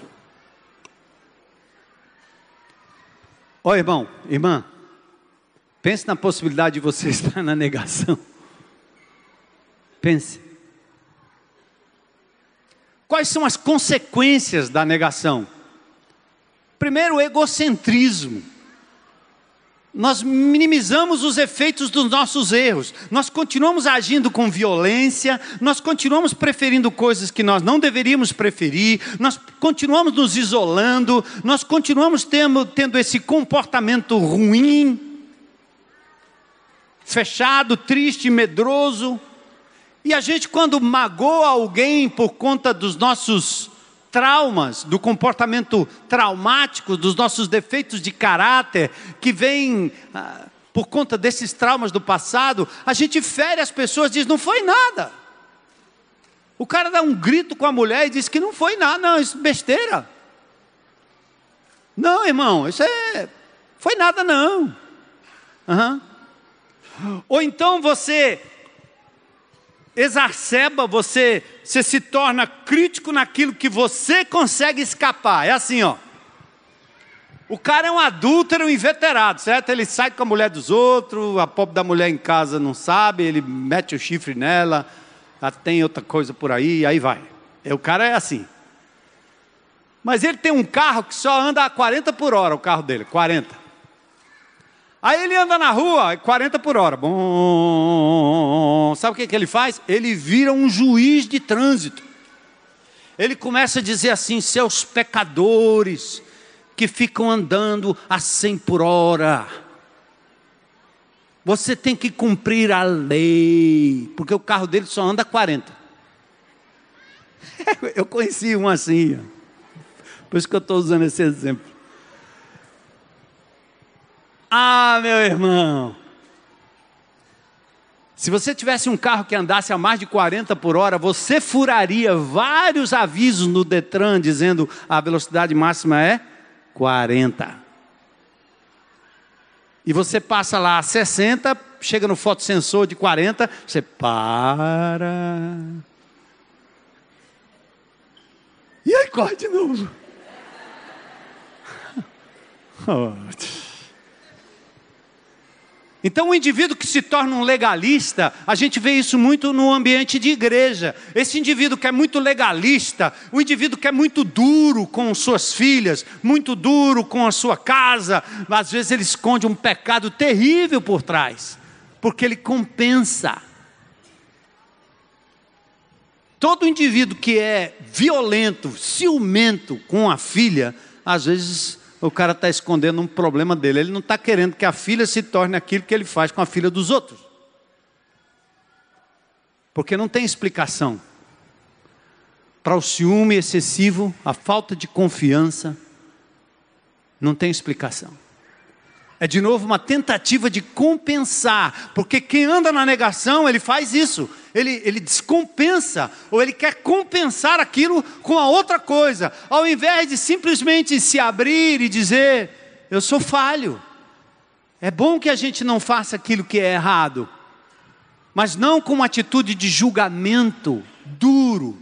Ó irmão, irmã, pense na possibilidade de você estar na negação. Pense. Quais são as consequências da negação? Primeiro, o egocentrismo. Nós minimizamos os efeitos dos nossos erros. Nós continuamos agindo com violência. Nós continuamos preferindo coisas que nós não deveríamos preferir. Nós continuamos nos isolando. Nós continuamos tendo, tendo esse comportamento ruim, fechado, triste, medroso. E a gente, quando magoa alguém por conta dos nossos traumas, do comportamento traumático, dos nossos defeitos de caráter, que vêm ah, por conta desses traumas do passado, a gente fere as pessoas e diz, não foi nada. O cara dá um grito com a mulher e diz que não foi nada, não, isso é besteira. Não, irmão, isso é... foi nada não. Uhum. Ou então você... exacerba, você, você se torna crítico naquilo que você consegue escapar. É assim, ó. O cara é um adúltero inveterado, certo? Ele sai com a mulher dos outros, a pobre da mulher em casa não sabe, ele mete o chifre nela, tem outra coisa por aí, aí vai. O cara é assim. Mas ele tem um carro que só anda a quarenta por hora, o carro dele, quarenta. Aí ele anda na rua, quarenta por hora. Bom, sabe o que, que ele faz? Ele vira um juiz de trânsito. Ele começa a dizer assim, seus pecadores que ficam andando a cem por hora. Você tem que cumprir a lei, porque o carro dele só anda a quarenta. Eu conheci um assim, por isso que eu estou usando esse exemplo. Ah, meu irmão, se você tivesse um carro que andasse a mais de quarenta por hora, você furaria vários avisos no Detran dizendo a velocidade máxima é quarenta. E você passa lá a sessenta, chega no fotossensor de quarenta, você para. E aí corre de novo. Oh. Então o indivíduo que se torna um legalista, a gente vê isso muito no ambiente de igreja. Esse indivíduo que é muito legalista, o indivíduo que é muito duro com suas filhas, muito duro com a sua casa, às vezes ele esconde um pecado terrível por trás, porque ele compensa. Todo indivíduo que é violento, ciumento com a filha, às vezes o cara está escondendo um problema dele. Ele não está querendo que a filha se torne aquilo que ele faz com a filha dos outros. Porque não tem explicação. Para o ciúme excessivo, a falta de confiança, não tem explicação. É de novo uma tentativa de compensar, porque quem anda na negação, ele faz isso. Ele, ele descompensa, ou ele quer compensar aquilo com a outra coisa, ao invés de simplesmente se abrir e dizer, eu sou falho. É bom que a gente não faça aquilo que é errado, mas não com uma atitude de julgamento duro.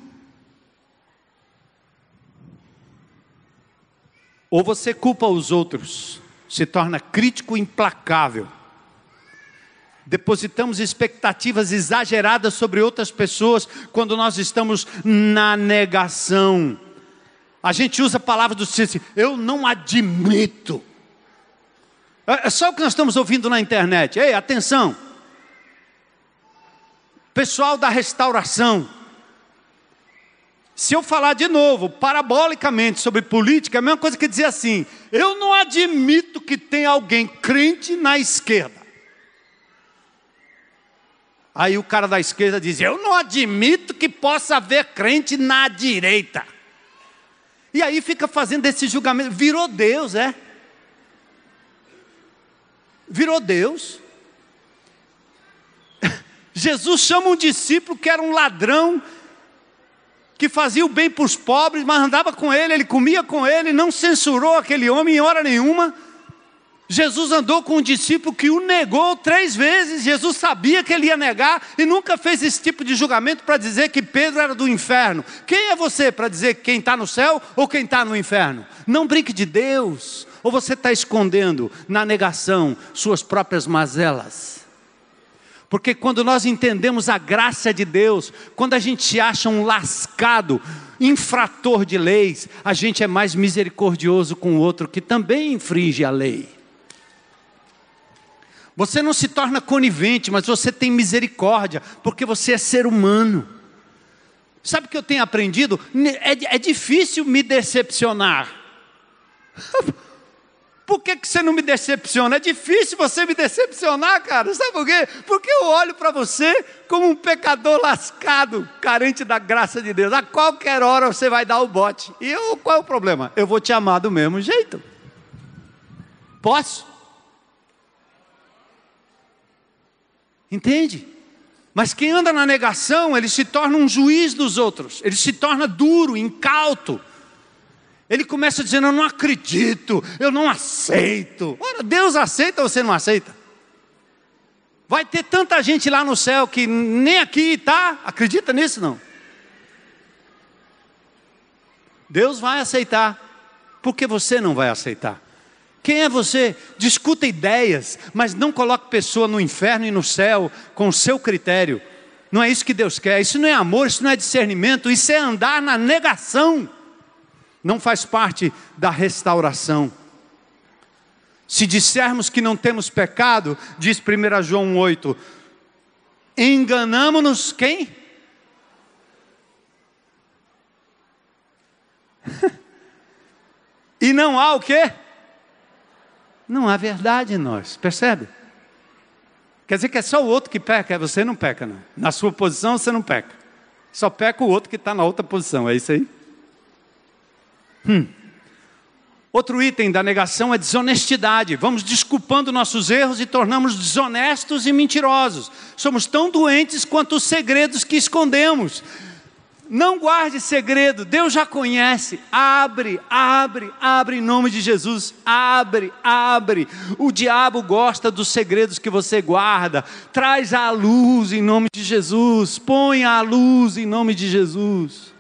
Ou você culpa os outros, se torna crítico implacável. Depositamos expectativas exageradas sobre outras pessoas quando nós estamos na negação. A gente usa a palavra do tipo, eu não admito. É só o que nós estamos ouvindo na internet. Ei, atenção. Pessoal da restauração. Se eu falar de novo, parabolicamente, sobre política, é a mesma coisa que dizer assim, eu não admito que tenha alguém crente na esquerda. Aí o cara da esquerda diz, eu não admito que possa haver crente na direita. E aí fica fazendo esse julgamento, virou Deus, é? Virou Deus. Jesus chama um discípulo que era um ladrão, que fazia o bem para os pobres, mas andava com ele, ele comia com ele, não censurou aquele homem em hora nenhuma. Jesus andou com um discípulo que o negou três vezes. Jesus sabia que ele ia negar e nunca fez esse tipo de julgamento para dizer que Pedro era do inferno. Quem é você para dizer quem está no céu ou quem está no inferno? Não brinque de Deus. Ou você está escondendo na negação suas próprias mazelas? Porque quando nós entendemos a graça de Deus, quando a gente se acha um lascado, infrator de leis, a gente é mais misericordioso com o outro que também infringe a lei. Você não se torna conivente, mas você tem misericórdia, porque você é ser humano. Sabe o que eu tenho aprendido? É, é difícil me decepcionar. Por que, que você não me decepciona? É difícil você me decepcionar, cara. Sabe por quê? Porque eu olho para você como um pecador lascado, carente da graça de Deus. A qualquer hora você vai dar o bote. E eu, qual é o problema? Eu vou te amar do mesmo jeito. Posso? Entende? Mas quem anda na negação, ele se torna um juiz dos outros. Ele se torna duro, incauto. Ele começa dizendo, eu não acredito, eu não aceito. Ora, Deus aceita ou você não aceita? Vai ter tanta gente lá no céu que nem aqui está. Acredita nisso, não? Deus vai aceitar. Por que você não vai aceitar? Quem é você? Discuta ideias, mas não coloque pessoa no inferno e no céu com o seu critério. Não é isso que Deus quer. Isso não é amor, isso não é discernimento, isso é andar na negação. Não faz parte da restauração. Se dissermos que não temos pecado, diz primeiro João oito, enganamo-nos quem? E não há o quê? Não há verdade em nós, percebe? Quer dizer que é só o outro que peca, você não peca não. Na sua posição você não peca. Só peca o outro que está na outra posição, é isso aí? Hum. Outro item da negação é desonestidade. Vamos desculpando nossos erros e tornamos desonestos e mentirosos. Somos tão doentes quanto os segredos que escondemos. Não guarde segredo, Deus já conhece. Abre, abre, abre em nome de Jesus. Abre, abre. O diabo gosta dos segredos que você guarda. Traz à luz em nome de Jesus. Põe à luz em nome de Jesus.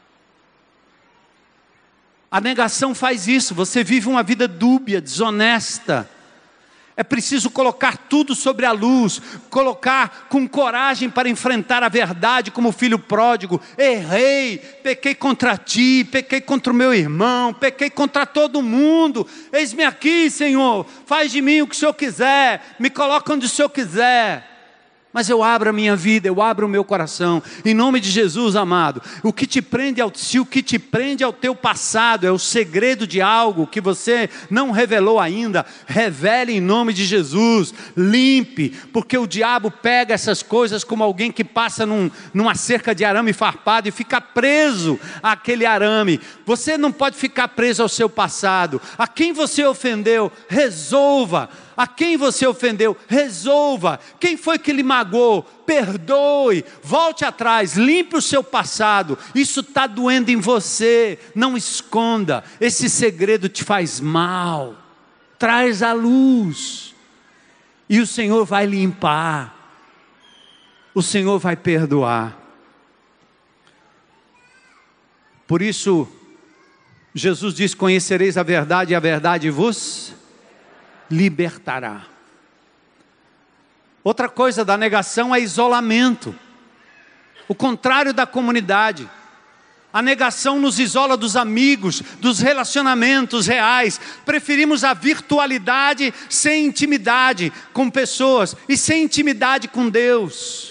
A negação faz isso, você vive uma vida dúbia, desonesta. É preciso colocar tudo sobre a luz, colocar com coragem para enfrentar a verdade como filho pródigo. Errei, pequei contra ti, pequei contra o meu irmão, pequei contra todo mundo. Eis-me aqui, Senhor, faz de mim o que o Senhor quiser, me coloca onde o Senhor quiser. Mas eu abro a minha vida, eu abro o meu coração. Em nome de Jesus, amado. O que te prende ao, se o que te prende ao teu passado é o segredo de algo que você não revelou ainda, revele em nome de Jesus. Limpe, porque o diabo pega essas coisas como alguém que passa num, numa cerca de arame farpado e fica preso àquele arame. Você não pode ficar preso ao seu passado. A quem você ofendeu, resolva. A quem você ofendeu, resolva. Quem foi que lhe magoou, perdoe. Volte atrás, limpe o seu passado. Isso está doendo em você. Não esconda. Esse segredo te faz mal. Traz à luz. E o Senhor vai limpar. O Senhor vai perdoar. Por isso, Jesus diz: conhecereis a verdade e a verdade vos libertará. Outra coisa da negação é isolamento. O contrário da comunidade. A negação nos isola dos amigos, dos relacionamentos reais. Preferimos a virtualidade sem intimidade com pessoas e sem intimidade com Deus.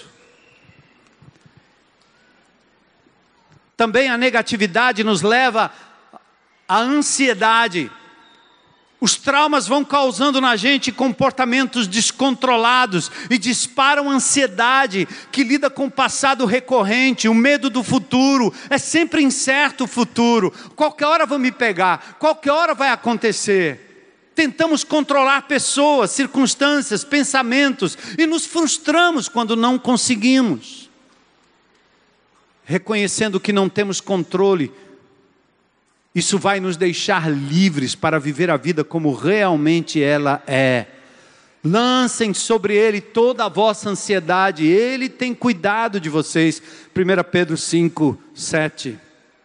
Também a negatividade nos leva à ansiedade. Os traumas vão causando na gente comportamentos descontrolados e disparam ansiedade que lida com o passado recorrente, o medo do futuro. É sempre incerto o futuro. Qualquer hora vão me pegar, qualquer hora vai acontecer. Tentamos controlar pessoas, circunstâncias, pensamentos e nos frustramos quando não conseguimos. Reconhecendo que não temos controle, isso vai nos deixar livres para viver a vida como realmente ela é. Lancem sobre Ele toda a vossa ansiedade, Ele tem cuidado de vocês. primeira Pedro cinco, sete.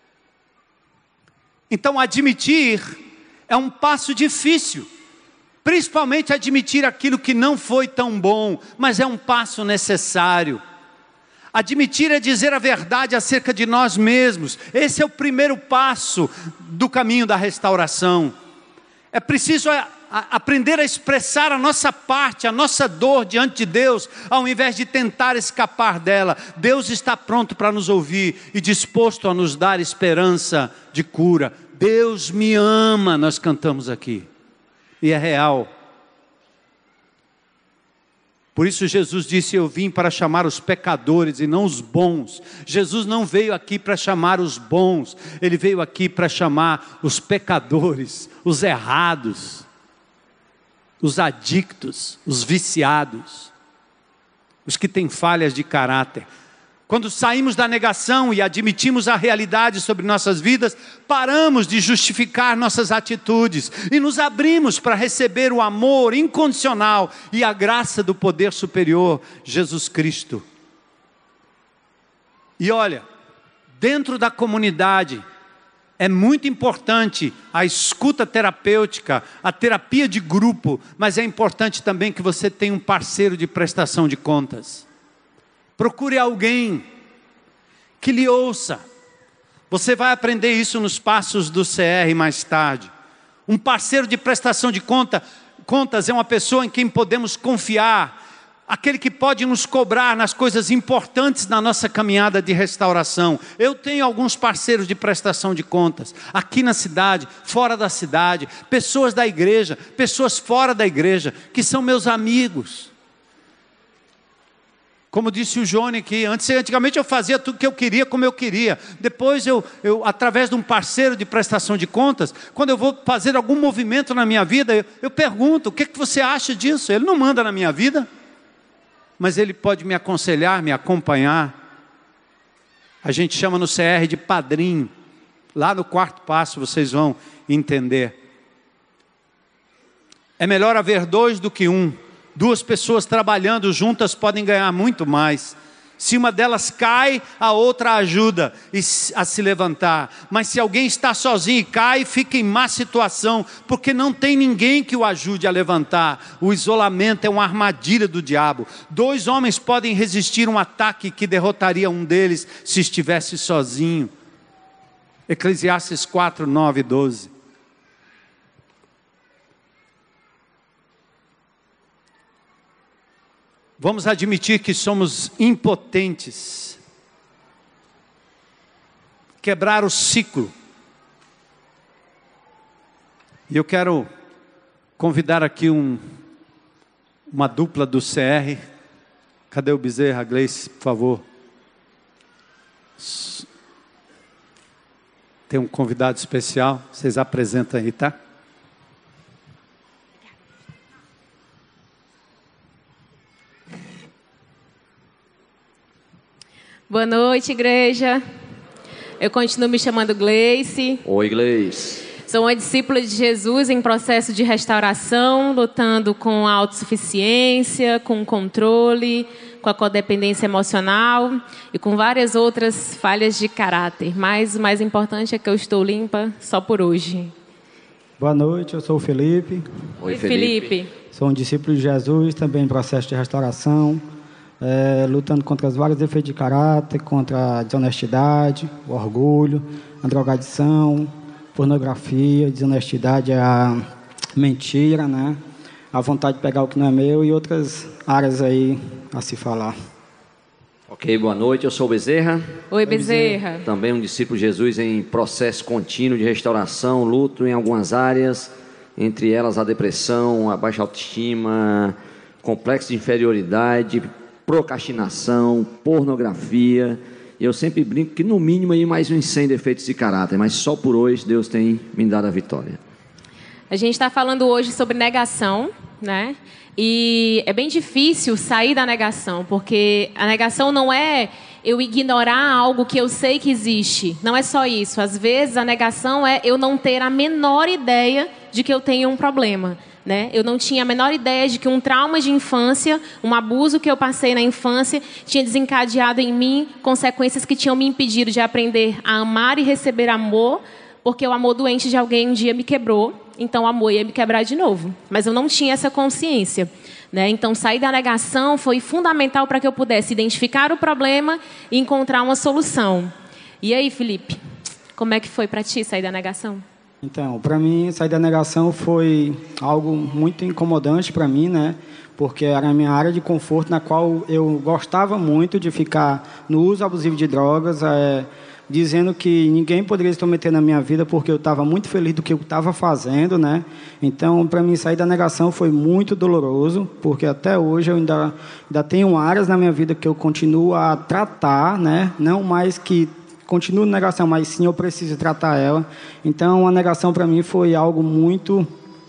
Então admitir é um passo difícil. Principalmente admitir aquilo que não foi tão bom, mas é um passo necessário. Admitir é dizer a verdade acerca de nós mesmos. Esse é o primeiro passo do caminho da restauração. É preciso a, a, aprender a expressar a nossa parte, a nossa dor diante de Deus, ao invés de tentar escapar dela. Deus está pronto para nos ouvir e disposto a nos dar esperança de cura. Deus me ama, nós cantamos aqui. E é real. Por isso Jesus disse: eu vim para chamar os pecadores e não os bons. Jesus não veio aqui para chamar os bons, Ele veio aqui para chamar os pecadores, os errados, os adictos, os viciados, os que têm falhas de caráter. Quando saímos da negação e admitimos a realidade sobre nossas vidas, paramos de justificar nossas atitudes e nos abrimos para receber o amor incondicional e a graça do poder superior, Jesus Cristo. E olha, dentro da comunidade, é muito importante a escuta terapêutica, a terapia de grupo, mas é importante também que você tenha um parceiro de prestação de contas. Procure alguém que lhe ouça. Você vai aprender isso nos passos do C R mais tarde. Um parceiro de prestação de conta, contas é uma pessoa em quem podemos confiar. Aquele que pode nos cobrar nas coisas importantes na nossa caminhada de restauração. Eu tenho alguns parceiros de prestação de contas, aqui na cidade, fora da cidade, pessoas da igreja, pessoas fora da igreja, que são meus amigos. Como disse o Johnny aqui, antes, antigamente eu fazia tudo que eu queria, como eu queria. Depois eu, eu, através de um parceiro de prestação de contas, quando eu vou fazer algum movimento na minha vida, eu, eu pergunto: o que, que você acha disso? Ele não manda na minha vida, mas ele pode me aconselhar, me acompanhar. A gente chama no C R de padrinho. Lá no quarto passo vocês vão entender. É melhor haver dois do que um. Duas pessoas trabalhando juntas podem ganhar muito mais. Se uma delas cai, a outra ajuda a se levantar. Mas se alguém está sozinho e cai, fica em má situação, porque não tem ninguém que o ajude a levantar. O isolamento é uma armadilha do diabo. Dois homens podem resistir a um ataque que derrotaria um deles se estivesse sozinho. Eclesiastes quatro, nove e doze. Vamos admitir que somos impotentes. Quebrar o ciclo. E eu quero convidar aqui um, uma dupla do C R. Cadê o Bezerra, Gleice, por favor? Tem um convidado especial, vocês apresentam aí, tá? Boa noite, igreja. Eu continuo me chamando Gleice. Oi, Gleice. Sou uma discípula de Jesus em processo de restauração, lutando com a autossuficiência, com o controle, com a codependência emocional e com várias outras falhas de caráter. Mas o mais importante é que eu estou limpa só por hoje. Boa noite, eu sou o Felipe. Oi, Felipe. Felipe. Sou um discípulo de Jesus, também em processo de restauração. É, lutando contra os vários defeitos de caráter, contra a desonestidade, o orgulho, a drogadição, pornografia, desonestidade, a mentira, né? A vontade de pegar o que não é meu e outras áreas aí a se falar. Ok, boa noite, eu sou o Bezerra. Oi, Bezerra. Também um discípulo de Jesus em processo contínuo de restauração, luto em algumas áreas, entre elas a depressão, a baixa autoestima, complexo de inferioridade, procrastinação, pornografia. Eu sempre brinco que no mínimo aí mais uns cem defeitos de caráter, mas só por hoje Deus tem me dado a vitória. A gente está falando hoje sobre negação, né? E é bem difícil sair da negação, porque a negação não é eu ignorar algo que eu sei que existe. Não é só isso. Às vezes a negação é eu não ter a menor ideia de que eu tenho um problema. Né? Eu não tinha a menor ideia de que um trauma de infância, um abuso que eu passei na infância, tinha desencadeado em mim consequências que tinham me impedido de aprender a amar e receber amor, porque o amor doente de alguém um dia me quebrou, então o amor ia me quebrar de novo. Mas eu não tinha essa consciência. Né? Então, sair da negação foi fundamental para que eu pudesse identificar o problema e encontrar uma solução. E aí, Felipe, como é que foi para ti sair da negação? Então, para mim, sair da negação foi algo muito incomodante para mim, né? Porque era a minha área de conforto, na qual eu gostava muito de ficar no uso abusivo de drogas, é, dizendo que ninguém poderia se intrometer na minha vida porque eu estava muito feliz do que eu estava fazendo, né? Então, para mim, sair da negação foi muito doloroso, porque até hoje eu ainda, ainda tenho áreas na minha vida que eu continuo a tratar, né? Não mais que continuo na negação, mas sim eu preciso tratar ela. Então, a negação para mim foi algo muito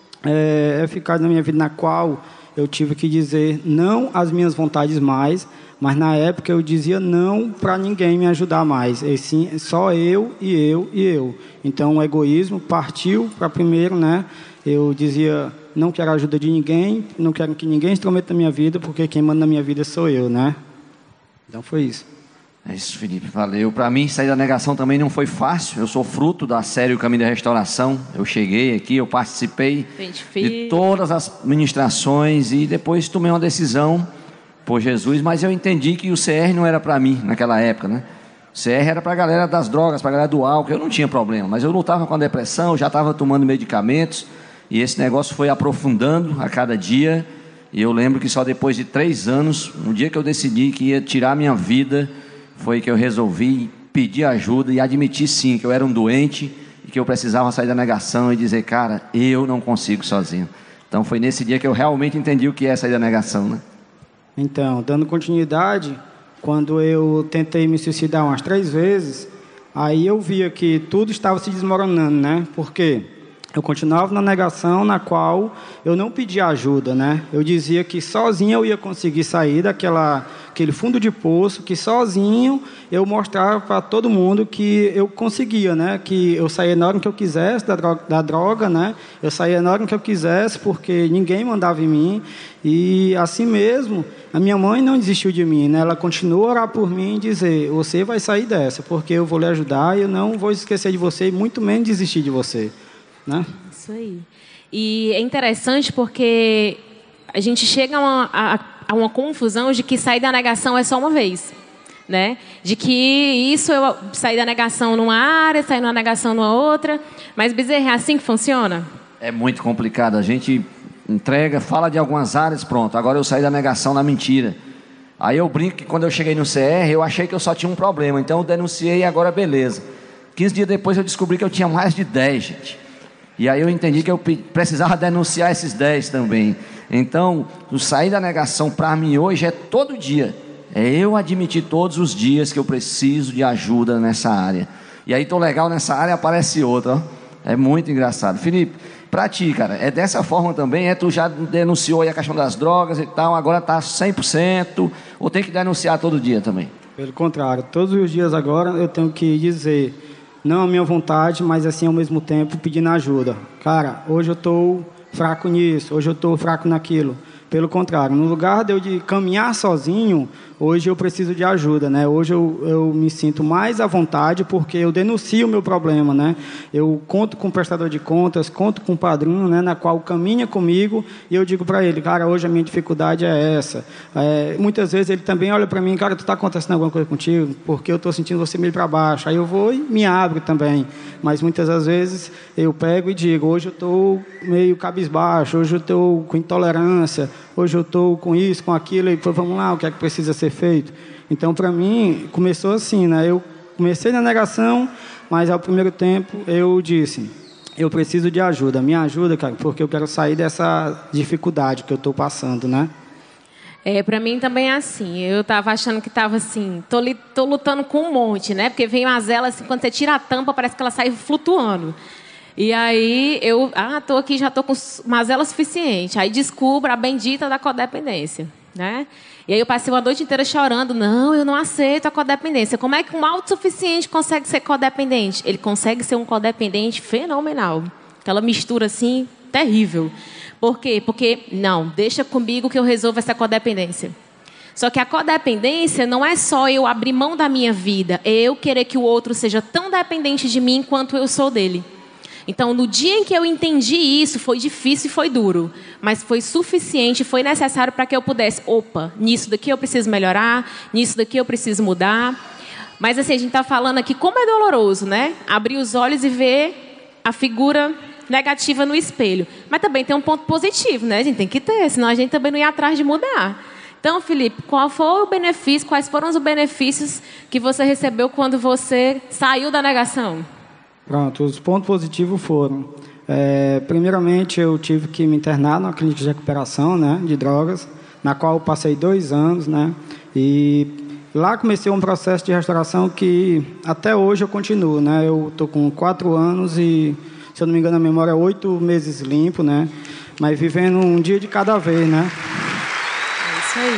é, eficaz na minha vida, na qual eu tive que dizer não às minhas vontades mais, mas na época eu dizia não para ninguém me ajudar mais, e sim só eu e eu e eu. Então, o egoísmo partiu para primeiro, né? Eu dizia não quero a ajuda de ninguém, não quero que ninguém se intrometa na minha vida, porque quem manda na minha vida sou eu, né? Então, foi isso. É isso, Felipe, valeu. Para mim, sair da negação também não foi fácil. Eu sou fruto da série O Caminho da Restauração. Eu cheguei aqui, eu participei de todas as ministrações e depois tomei uma decisão por Jesus, mas eu entendi que o C R não era para mim naquela época, né? O C R era para a galera das drogas, para a galera do álcool. Eu não tinha problema, mas eu lutava com a depressão, já estava tomando medicamentos e esse negócio foi aprofundando a cada dia. E eu lembro que só depois de três anos, um dia que eu decidi que ia tirar minha vida, foi que eu resolvi pedir ajuda e admitir sim que eu era um doente e que eu precisava sair da negação e dizer, cara, eu não consigo sozinho. Então foi nesse dia que eu realmente entendi o que é sair da negação, né? Então, dando continuidade, quando eu tentei me suicidar umas três vezes, aí eu via que tudo estava se desmoronando, né? Por quê? Eu continuava na negação, na qual eu não pedia ajuda, né? Eu dizia que sozinho eu ia conseguir sair daquela, aquele fundo de poço, que sozinho eu mostrava para todo mundo que eu conseguia, né? Que eu saía na hora que eu quisesse da droga, da droga, né? Eu saía na hora que eu quisesse, porque ninguém mandava em mim. E assim mesmo, a minha mãe não desistiu de mim, né? Ela continuou a orar por mim e dizer, você vai sair dessa, porque eu vou lhe ajudar e eu não vou esquecer de você e muito menos desistir de você. Né? Isso aí. E é interessante porque a gente chega a uma, a, a uma confusão de que sair da negação é só uma vez, né? De que isso eu sair da negação numa área, sair da negação numa outra, mas Bezerra, é assim que funciona? É muito complicado. A gente entrega, fala de algumas áreas, pronto, agora eu saí da negação na mentira. Aí eu brinco que quando eu cheguei no C R, eu achei que eu só tinha um problema, então eu denunciei e agora beleza. quinze dias depois eu descobri que eu tinha mais de dez, gente. E aí eu entendi que eu precisava denunciar esses dez também. Então, o sair da negação para mim hoje é todo dia. É eu admitir todos os dias que eu preciso de ajuda nessa área. E aí tô legal nessa área, aparece outra, ó. É muito engraçado. Felipe, pra ti, cara, é dessa forma também? É, tu já denunciou aí a questão das drogas e tal, agora tá cem por cento, ou tem que denunciar todo dia também? Pelo contrário, todos os dias agora eu tenho que dizer, não a minha vontade, mas assim ao mesmo tempo pedindo ajuda. Cara, hoje eu estou fraco nisso, hoje eu estou fraco naquilo. Pelo contrário, no lugar de eu de caminhar sozinho, hoje eu preciso de ajuda, né? Hoje eu, eu me sinto mais à vontade porque eu denuncio o meu problema, né? Eu conto com o prestador de contas, conto com o padrinho, né? Na qual caminha comigo e eu digo para ele, cara, hoje a minha dificuldade é essa. É, muitas vezes ele também olha para mim, cara, tu está acontecendo alguma coisa contigo? Porque eu estou sentindo você meio para baixo. Aí eu vou e me abro também. Mas muitas das vezes eu pego e digo, hoje eu estou meio cabisbaixo, hoje eu estou com intolerância, hoje eu estou com isso, com aquilo, e vamos lá, o que é que precisa ser feito? Então, para mim, começou assim, né? Eu comecei na negação, mas ao primeiro tempo eu disse, eu preciso de ajuda, me ajuda, cara, porque eu quero sair dessa dificuldade que eu estou passando, né? É, para mim também é assim, eu estava achando que estava assim, tô, li, tô lutando com um monte, né? Porque vem umas elas, assim, quando você tira a tampa, parece que ela sai flutuando. E aí eu, ah, tô aqui, já tô com mazela suficiente. Aí descubro a bendita da codependência, né? E aí eu passei uma noite inteira chorando, não, eu não aceito a codependência. Como é que um autossuficiente consegue ser codependente? Ele consegue ser um codependente fenomenal. Aquela mistura assim, terrível. Por quê? Porque, não, deixa comigo que eu resolvo essa codependência. Só que a codependência não é só eu abrir mão da minha vida, é eu querer que o outro seja tão dependente de mim quanto eu sou dele. Então, no dia em que eu entendi isso, foi difícil e foi duro, mas foi suficiente, foi necessário para que eu pudesse, opa, nisso daqui eu preciso melhorar, nisso daqui eu preciso mudar. Mas assim, a gente está falando aqui como é doloroso, né? Abrir os olhos e ver a figura negativa no espelho. Mas também tem um ponto positivo, né? A gente tem que ter, senão a gente também não ia atrás de mudar. Então, Felipe, qual foi o benefício, quais foram os benefícios que você recebeu quando você saiu da negação? Pronto, os pontos positivos foram, é, primeiramente eu tive que me internar numa clínica de recuperação, né, de drogas, na qual eu passei dois anos, né, e lá comecei um processo de restauração que até hoje eu continuo, né, eu estou com quatro anos e, se eu não me engano, a memória é oito meses limpo, né, mas vivendo um dia de cada vez, né. É isso aí.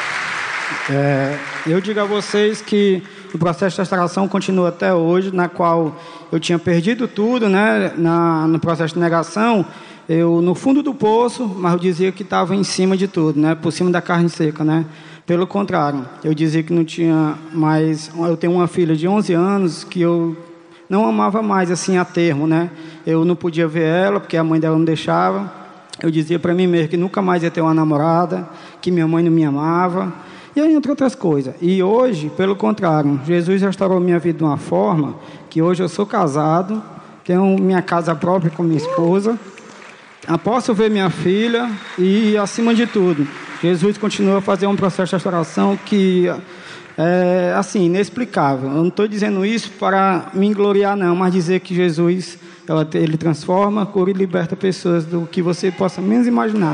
É, eu digo a vocês que o processo de restauração continua até hoje, na qual eu tinha perdido tudo, né? Na, no processo de negação, eu no fundo do poço, mas eu dizia que estava em cima de tudo, né? Por cima da carne seca, né? Pelo contrário, eu dizia que não tinha mais... Eu tenho uma filha de onze anos que eu não amava mais, assim, a termo, né? Eu não podia ver ela, porque a mãe dela não deixava. Eu dizia para mim mesmo que nunca mais ia ter uma namorada, que minha mãe não me amava... E aí, entre outras coisas. E hoje, pelo contrário, Jesus restaurou minha vida de uma forma que hoje eu sou casado, tenho minha casa própria com minha esposa, posso ver minha filha e, acima de tudo, Jesus continua a fazer um processo de restauração que é, assim, inexplicável. Eu não estou dizendo isso para me gloriar, não, mas dizer que Jesus, ela, ele transforma, cura e liberta pessoas do que você possa menos imaginar.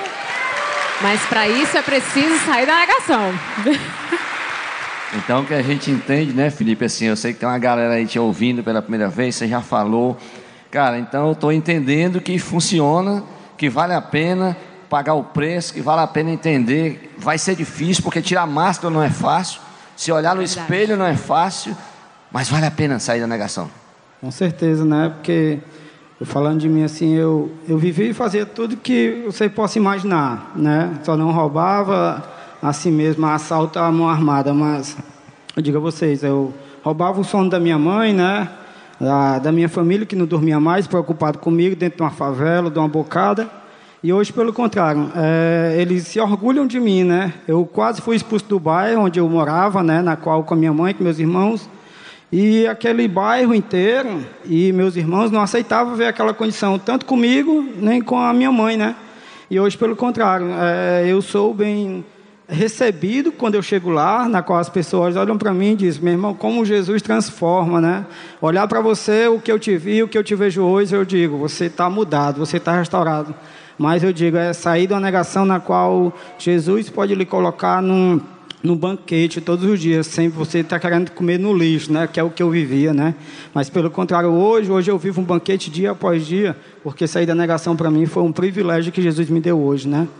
Mas para isso é preciso sair da negação. Então, o que a gente entende, né, Felipe, assim, eu sei que tem uma galera aí te ouvindo pela primeira vez, você já falou. Cara, então eu estou entendendo que funciona, que vale a pena pagar o preço, que vale a pena entender. Vai ser difícil, porque tirar máscara não é fácil, se olhar no Verdade. espelho não é fácil, mas vale a pena sair da negação. Com certeza, né, porque... Eu falando de mim assim, eu, eu vivi e fazia tudo que você possa imaginar, né? Só não roubava assim mesmo, assalto à mão armada, mas eu digo a vocês, eu roubava o sono da minha mãe, né? Da, da minha família, que não dormia mais, preocupado comigo, dentro de uma favela, de uma bocada. E hoje, pelo contrário, é, eles se orgulham de mim, né? Eu quase fui expulso do bairro onde eu morava, né? Na qual com a minha mãe, com meus irmãos. E aquele bairro inteiro e meus irmãos não aceitavam ver aquela condição, tanto comigo, nem com a minha mãe, né? E hoje, pelo contrário, é, eu sou bem recebido quando eu chego lá, na qual as pessoas olham para mim e dizem, meu irmão, como Jesus transforma, né? Olhar para você, o que eu te vi, o que eu te vejo hoje, eu digo, você está mudado, você está restaurado. Mas eu digo, é sair de uma negação na qual Jesus pode lhe colocar num, num banquete todos os dias, sem você estar querendo comer no lixo, né? Que é o que eu vivia, né? Mas pelo contrário, hoje, hoje eu vivo um banquete dia após dia, porque sair da negação para mim foi um privilégio que Jesus me deu hoje, né?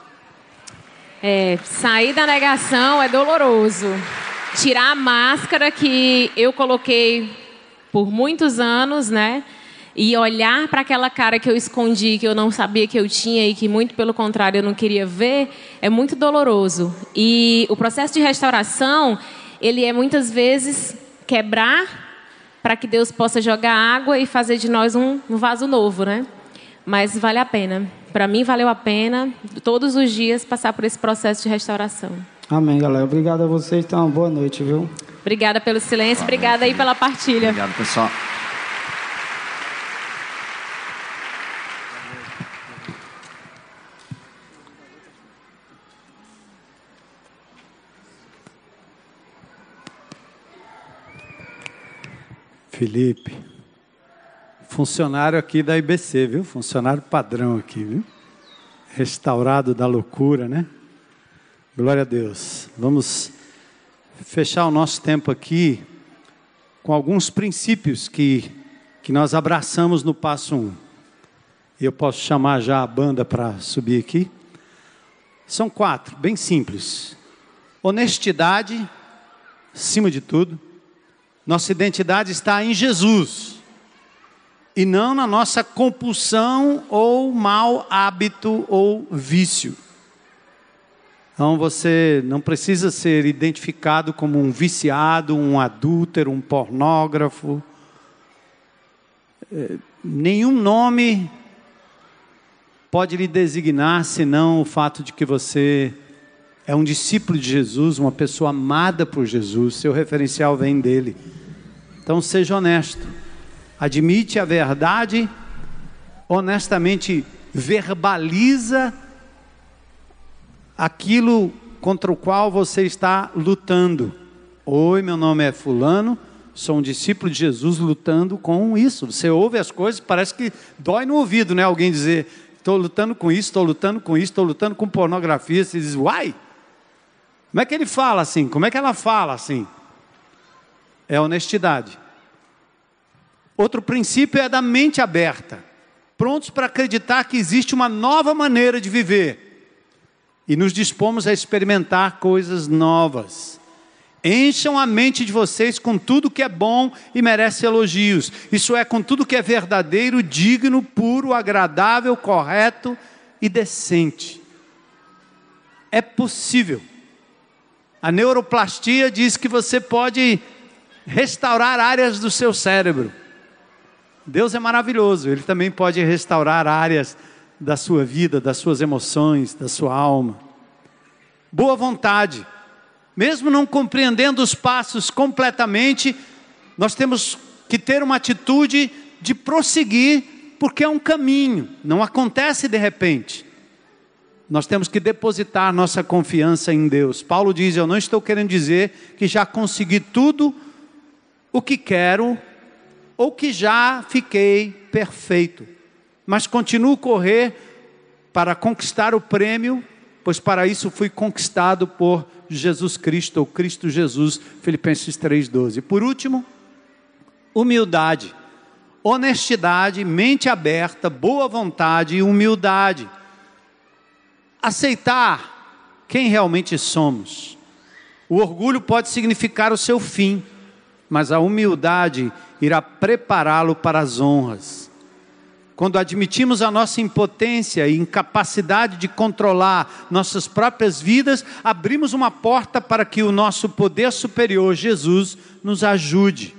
É, sair da negação é doloroso. Tirar a máscara que eu coloquei por muitos anos, né? E olhar para aquela cara que eu escondi, que eu não sabia que eu tinha e que, muito pelo contrário, eu não queria ver, é muito doloroso. E o processo de restauração, ele é muitas vezes quebrar para que Deus possa jogar água e fazer de nós um, um vaso novo, né? Mas vale a pena. Para mim, valeu a pena, todos os dias, passar por esse processo de restauração. Amém, galera. Obrigado a vocês. Então, boa noite, viu? Obrigada pelo silêncio, obrigada aí pela partilha. Obrigado, pessoal. Felipe, funcionário aqui da I B C, viu? Funcionário padrão aqui, viu? Restaurado da loucura, né? Glória a Deus. Vamos fechar o nosso tempo aqui com alguns princípios que, que nós abraçamos no passo um. Eu posso chamar já a banda para subir aqui. São quatro, bem simples. Honestidade, acima de tudo. Nossa identidade está em Jesus. E não na nossa compulsão ou mau hábito ou vício. Então você não precisa ser identificado como um viciado, um adúltero, um pornógrafo. É, nenhum nome pode lhe designar senão o fato de que você é um discípulo de Jesus, uma pessoa amada por Jesus. Seu referencial vem dele. Então seja honesto. Admite a verdade, honestamente verbaliza aquilo contra o qual você está lutando. Oi, meu nome é fulano, sou um discípulo de Jesus lutando com isso. Você ouve as coisas, parece que dói no ouvido, né? Alguém dizer, estou lutando com isso, estou lutando com isso, estou lutando com pornografia. Você diz, uai, como é que ele fala assim? Como é que ela fala assim? É honestidade. Outro princípio é da mente aberta, prontos para acreditar que existe uma nova maneira de viver e nos dispomos a experimentar coisas novas. Encham a mente de vocês com tudo que é bom e merece elogios, isso é, com tudo que é verdadeiro, digno, puro, agradável, correto e decente. É possível. A neuroplastia diz que você pode restaurar áreas do seu cérebro. Deus é maravilhoso, Ele também pode restaurar áreas da sua vida, das suas emoções, da sua alma. Boa vontade. Mesmo não compreendendo os passos completamente, nós temos que ter uma atitude de prosseguir, porque é um caminho, não acontece de repente. Nós temos que depositar nossa confiança em Deus. Paulo diz, eu não estou querendo dizer que já consegui tudo o que quero, ou que já fiquei perfeito, mas continuo a correr para conquistar o prêmio, pois para isso fui conquistado por Jesus Cristo, ou Cristo Jesus, Filipenses três, doze. Por último, humildade, honestidade, mente aberta, boa vontade e humildade. Aceitar quem realmente somos. O orgulho pode significar o seu fim, mas a humildade irá prepará-lo para as honras. Quando admitimos a nossa impotência e incapacidade de controlar nossas próprias vidas, abrimos uma porta para que o nosso poder superior, Jesus, nos ajude.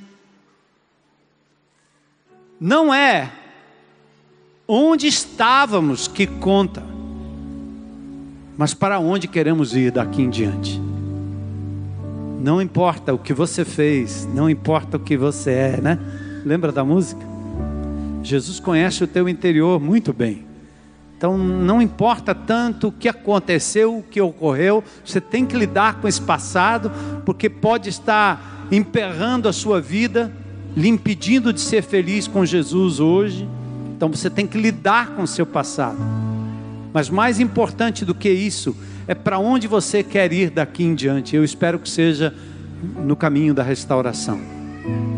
Não é onde estávamos que conta, mas para onde queremos ir daqui em diante. Não importa o que você fez, não importa o que você é, né? Lembra da música? Jesus conhece o teu interior muito bem. Então não importa tanto o que aconteceu, o que ocorreu, você tem que lidar com esse passado, porque pode estar emperrando a sua vida, lhe impedindo de ser feliz com Jesus hoje. Então você tem que lidar com o seu passado. Mas mais importante do que isso, é para onde você quer ir daqui em diante. Eu espero que seja no caminho da restauração.